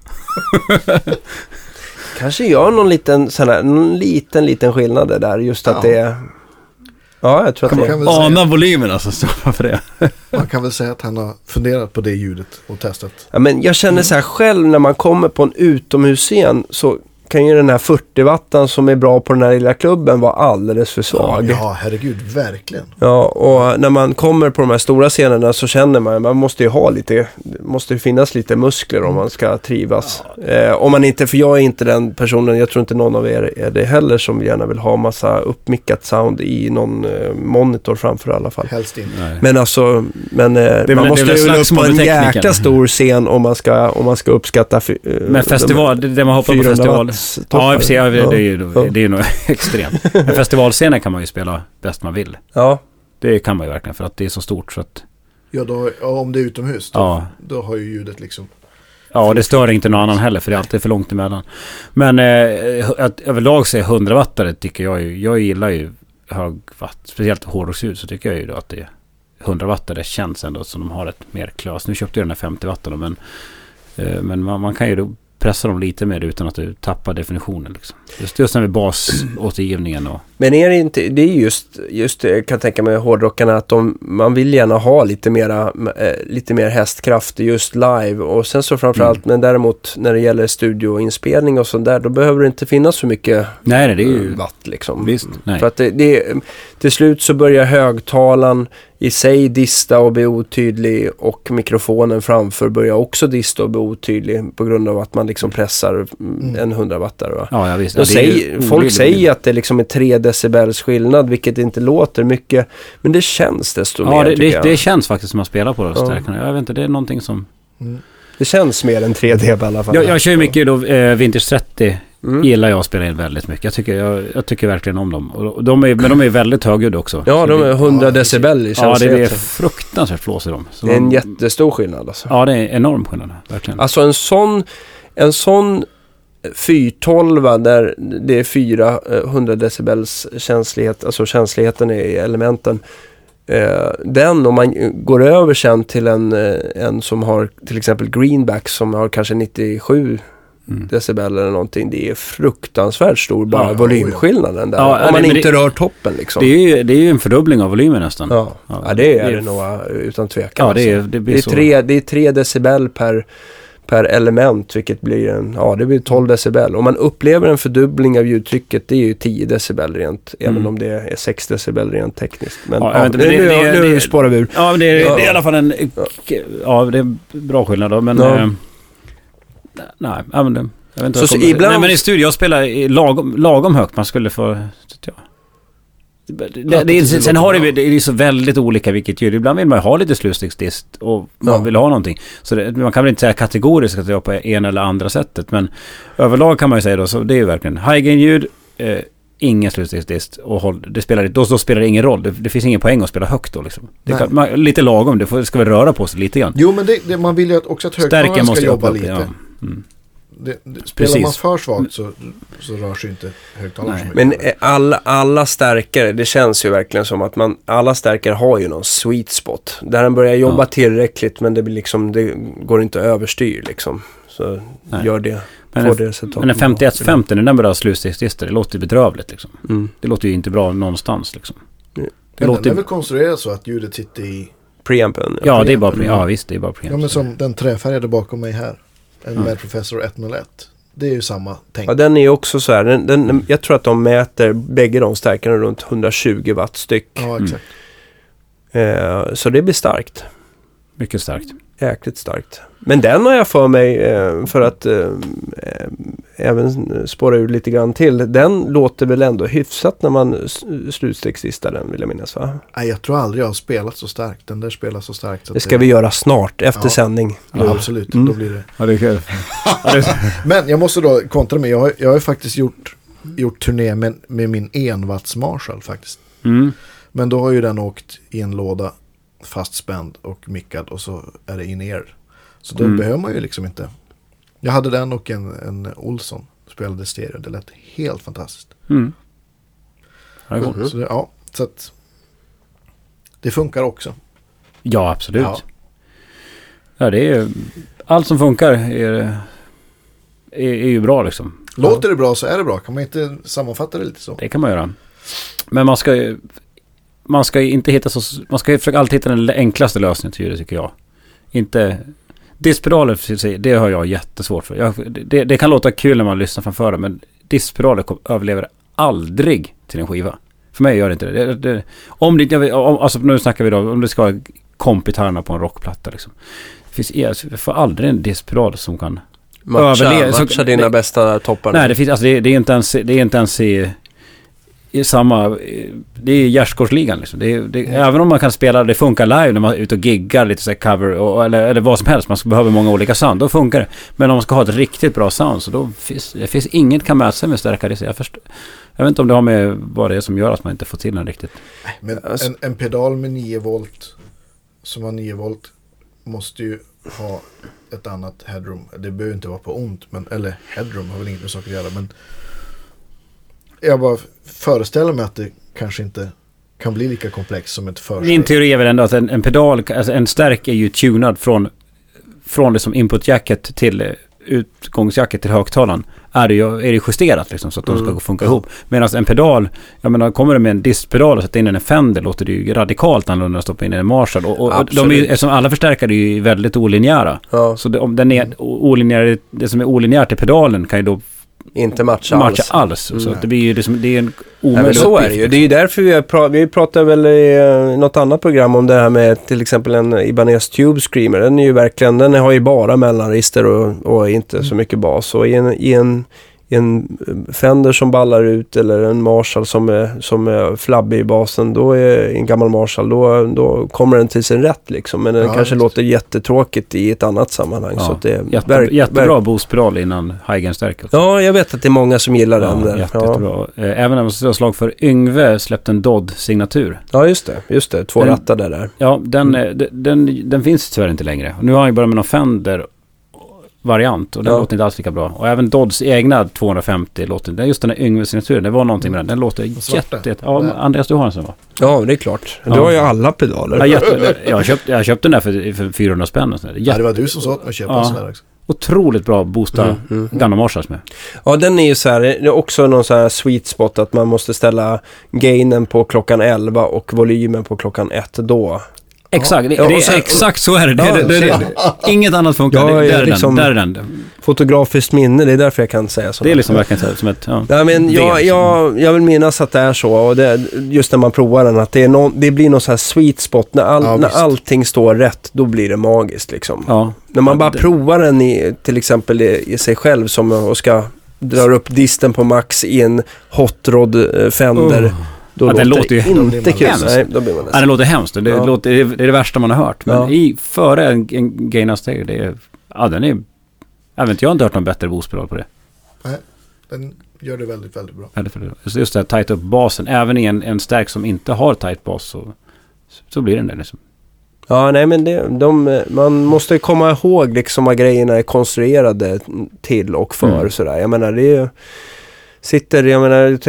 kanske gör någon liten skillnad där, just att det är. Ja, jag tror att det ana volymen alltså, så för det. Man kan väl säga att han har funderat på det ljudet och testat. Ja, men jag känner så här själv, när man kommer på en utomhusscen så kan ju den här 40-wattan som är bra på den här lilla klubben vara alldeles för svag. Ja, herregud, verkligen. Ja, och när man kommer på de här stora scenerna så känner man måste ju ha lite, måste ju finnas lite muskler om man ska trivas. Om man inte, för jag är inte den personen, jag tror inte någon av er är det heller, som gärna vill ha massa uppmickat sound i någon monitor framför i alla fall. Helst inte. Men alltså, man måste ju upp på en jäkla stor scen om man ska uppskatta men festival, det man hoppar på festival. Ja, det är ju nog extremt. Men festivalscener kan man ju spela bäst man vill. Ja. Det kan man ju verkligen, för att det är så stort så att. Ja, om det är utomhus då har ju ljudet liksom. Ja, det stör inte någon annan heller, för det är alltid för långt emellan. Men att överlag så är 100 wattare tycker jag gillar ju hög watt, speciellt hårdrocksljud, så tycker jag ju då att det är 100 wattare känns ändå som de har ett mer klass. Nu köpte jag den här 50 wattarna, men man kan ju då pressa dem lite mer utan att du tappar definitionen liksom. Just när vi basåtergivningen och... Men är det inte, det är just jag kan tänka mig hårdrockarna att man vill gärna ha lite mer hästkraft just live och sen så framförallt, men däremot när det gäller studioinspelning och sånt där, då behöver det inte finnas så mycket det är ju watt liksom. Visst, nej. För att det till slut så börjar högtalaren i sig dista och bli otydlig och mikrofonen framför börjar också dista och bli otydlig på grund av att man liksom pressar en 100-wattare. Va? Ja, visst. Folk säger att det liksom är 3 decibels skillnad, vilket inte låter mycket, men det känns desto mer. Det känns faktiskt som att spela på röststärkarna. Jag vet inte, det är någonting som... Det känns mer än 3 dB i alla fall. Jag kör ju mycket då, Vintage 30 gillar jag att spela in väldigt mycket. Jag tycker verkligen om dem. Och de är väldigt högljudda också. Ja, de är 100 decibel i känslighet. Ja, det är fruktansvärt flås i dem. Så det är en jättestor skillnad alltså. Ja, det är enorm skillnad, verkligen. Alltså en sån 412 där det är 400 decibels känslighet, alltså känsligheten i elementen. Den, om man går över sen till en som har till exempel greenback som har kanske 97 decibel eller någonting, det är fruktansvärt stor volymskillnaden där. Om man inte rör toppen liksom. Det är ju en fördubbling av volymen nästan. Ja, det är det nog utan tvekan. Ja, det är 3 decibel per element, vilket blir det blir 12 decibel. Om man upplever en fördubbling av ljudtrycket, det är ju 10 decibel rent, även om det är 6 decibel rent tekniskt. Men nu spårar vi ur. Ja, men det är i alla fall det är bra skillnad då, men nej, jag vet inte. Så ibland... Nej, men i studio jag spelar lagom högt, man skulle få... Sen har det är så väldigt olika vilket ljud. Ibland vill man ha lite slutstegsdist och man vill ha någonting. Så man kan väl inte säga kategoriskt att det är på en eller andra sättet, men överlag kan man ju säga då, så det är ju verkligen high gain ljud, ingen slutstegsdist och då spelar det ingen roll. Det finns ingen poäng att spela högt då liksom. Lite lagom, det ska väl röra på sig lite grann. Jo, men man vill ju också att högtalaren ska jobba lite. Ja. Spelar man för svagt så rör sig inte högtalaren så mycket. Men alla stärkare, det känns ju verkligen som att alla stärkare har ju någon sweet spot där den börjar jobba tillräckligt, men det blir liksom, det går inte överstyr liksom. Så gör det. Men en 5150 när den börjar slutstegsdister, det låter ju bedrövligt liksom. Det låter ju inte bra någonstans liksom. Den är väl konstruerad så att ljudet sitter i preampen. Ja, det är bara preamp. Ja, visst, det är bara preamp. Ja, men som den träfärgade bakom mig här. En Mad Professor 101. Det är ju samma tänk. Ja, den är ju också så här. Jag tror att de mäter bägge de stärkarna runt 120 watt styck. Ja, exakt. Så det blir starkt. Mycket starkt. Jäkligt starkt. Men den har jag för mig, för att även spåra ur lite grann till. Den låter väl ändå hyfsat när man slutstegsistar den, vill jag minnas, va? Nej, jag tror aldrig jag har spelat så starkt. Den där spelar så starkt. Så det ska vi göra snart, efter sändning. Ja, absolut. Då blir det... Ja, det är kul. Men jag måste då kontra med, jag har ju faktiskt gjort turné med min 1-watts Marshall faktiskt. Men då har ju den åkt i en låda fastspänd och mickad och så är det in-ear. Så då behöver man ju liksom inte. Jag hade den och en Olsson spelade stereo. Det lät helt fantastiskt. Så att det funkar också. Ja, absolut. Ja, det är allt som funkar är ju bra liksom. Låter det bra så är det bra. Kan man inte sammanfatta det lite så? Det kan man göra. Men man ska inte hitta man ska försöka alltid hitta den enklaste lösningen till det, tycker jag. Inte diskpedaler, det har jag jättesvårt för. Det kan låta kul när man lyssnar framför det, men diskpedaler överlever aldrig till en skiva. För mig gör det inte det. Alltså nu snackar vi då om det ska vara kompgitarrerna på en rockplatta liksom. Jag får aldrig en diskpedal som kan matcha dina bästa toppar. Nej, det är inte ens i samma, det är gärdsgårdsligan liksom. Även om man kan spela, det funkar live när man är ute och giggar lite så här cover eller vad som helst, man behöver många olika sound, då funkar det. Men om man ska ha ett riktigt bra sound, så då finns inget kan mäta sig med stärkare. Jag vet inte om det har med vad det är som gör att man inte får till den riktigt. Men en pedal med 9 volt som har 9 volt måste ju ha ett annat headroom. Det behöver inte vara på ont, eller headroom har väl inget med saker att göra, men jag bara föreställer mig att det kanske inte kan bli lika komplext som ett försteg. Min teori är väl ändå att en pedal, alltså en stärk är ju tunad från det som input jacket till utgångsjacket till högtalaren är det justerat liksom, så att de ska funka ihop. Medan en pedal, jag menar, kommer det med en distpedal och sätta in en Fender, låter det ju radikalt annorlunda att stoppa in en Marshall. Och de är ju, eftersom alla förstärkare är ju väldigt olinjära. Ja. Så om den är olinjär, det som är olinjärt i pedalen kan ju då inte matcha alls. Så att det blir ju det är en omöjlig uppgift. Så är det ju. Det är ju därför vi pratar väl i något annat program om det här med till exempel en Ibanez Tube Screamer. Den är ju verkligen, den har ju bara mellanregister och inte så mycket bas. Och i en Fender som ballar ut eller en Marshall som är flabbig i basen, då är en gammal Marshall, då kommer den till sin rätt liksom. Men den kanske låter jättetråkigt i ett annat sammanhang. Så att det är jättebra boostpedal innan high-gain-stärk. Ja, jag vet att det är många som gillar den där. Jättebra. Även när man ska slag för Yngve släppte en Dodd-signatur. Ja, just det. 2 rattade där. Ja, den finns tyvärr inte längre. Nu har han ju börjat med någon Fender variant och den låter inte alls lika bra. Och även Dodds egna 250 låter, just den här Yngve-signaturen, det var någonting med den. Den låter jätte... Ja, Andreas, du har en sån, va? Ja, det är klart. Du har ju alla pedaler. Jag köpte den där för 400 spänn. Ja, det var du som sa att man köpte en sån där också. Otroligt bra boosta gamla Marshalls med. Ja, den är ju så här, det är också någon så här sweet spot att man måste ställa gainen på klockan 11 och volymen på klockan 1 då. Exakt, exakt så är det. Inget annat funkar. Det är liksom, där är den. Fotografiskt minne, det är därför jag kan säga så. Det är liksom verkligen som ett... Ja, men jag vill minnas att det är så. Och just när man provar den, att det blir någon så här sweet spot. När allting står rätt, då blir det magiskt liksom. Ja. När man bara provar den till exempel i sig själv och ska dra upp disten på max i en hot rod Fender... Den låter ju inte kul. Nej, då blir man den låter hemskt. Det är det värsta man har hört. Men före en gain-steg, den är... Jag vet inte, jag har inte hört någon bättre boostpedal på det. Nej, den gör det väldigt, väldigt bra. Just det, tajta upp basen. Även i en stärk som inte har tajt bas så blir den där liksom. Ja, nej, men man måste komma ihåg liksom vad grejerna är konstruerade till och för. Sådär. Jag menar, det är ju... jag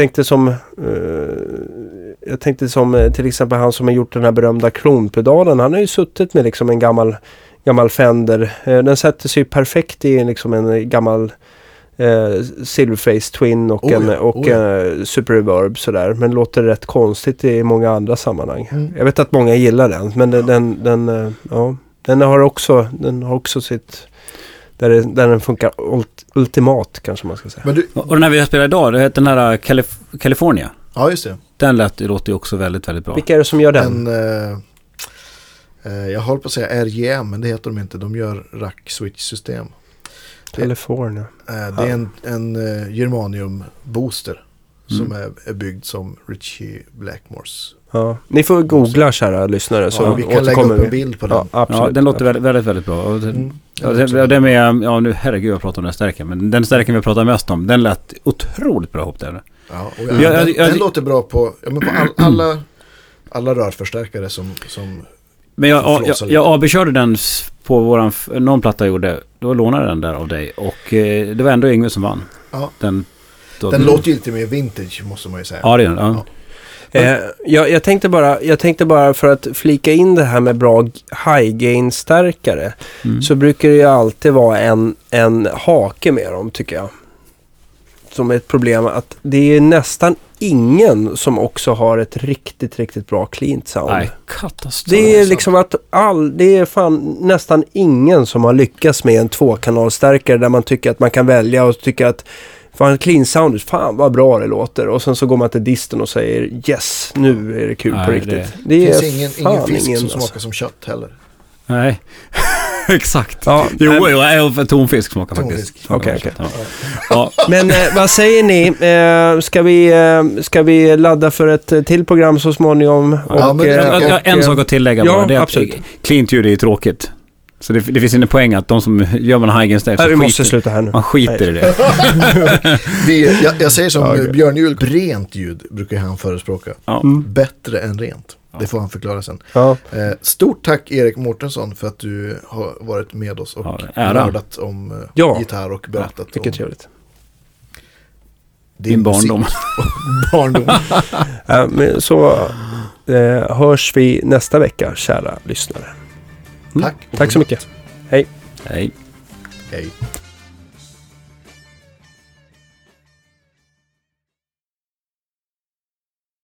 tänkte som till exempel han som har gjort den här berömda klonpedalen, han har ju suttit med liksom en gammal Fender, den sätter sig perfekt i liksom en gammal Silverface Twin och Super Reverb sådär, men låter rätt konstigt i många andra sammanhang. Jag vet att många gillar den, men den har också sitt där den funkar ultimat, kanske man ska säga. Och den här vi har spelat idag, det heter den här California. Ja, just det. Den låter ju också väldigt, väldigt bra. Vilka är det som gör den? Jag håller på att säga RGM, men det heter de inte. De gör rack-switch-system. California. Det är en germanium booster som är byggd som Richie Blackmores. Ja. Ni får googla, kära lyssnare. Så vi kan lägga upp en bild på den. Ja, absolut. Ja, den låter väldigt, väldigt, väldigt bra. Det med, nu herregud jag pratar om den stärken, men den stärken vi pratar mest om, den lät otroligt bra ihop där. Ja, och den låter bra på alla rörförstärkare som men jag AB-körde den på någon platta jag gjorde, då lånade den där av dig och det var ändå Yngve som vann. Ja. Den låter ju lite mer vintage, måste man ju säga. Ja, det är den. Ja. Jag tänkte bara för att flika in det här med bra high-gain-stärkare så brukar det ju alltid vara en hake med dem, tycker jag. Som är ett problem att det är nästan ingen som också har ett riktigt, riktigt bra clean sound. Nej, katastrof. Det är liksom att det är fan nästan ingen som har lyckats med en 2-kanalstärkare där man tycker att man kan välja och tycker att fan, clean sound, fan vad bra det låter. Och sen så går man till disten och säger yes, nu är det kul på riktigt. Det finns ingen fisk som smakar som kött heller. Nej, exakt. Ja, tonfisk smakar faktiskt. Okej. Ja. Men vad säger ni? Ska vi ladda för ett till program så småningom? En sak att tillägga bara. Det är absolut. Cleant ljud är tråkigt. Så det finns inte poäng att de som gör man high-gain-stärk vi måste sluta här nu. Man skiter i det. Jag säger som Björn Juhl, rent ljud brukar han förespråka. Ja. Bättre än rent. Det får han förklara sen. Ja. Stort tack Erik Mårtensson för att du har varit med oss och nördat om gitarr och berättat vilket trevligt. Din barndom. Så hörs vi nästa vecka, kära lyssnare. Tack. Tack så mycket. Hej. Hej. Hej.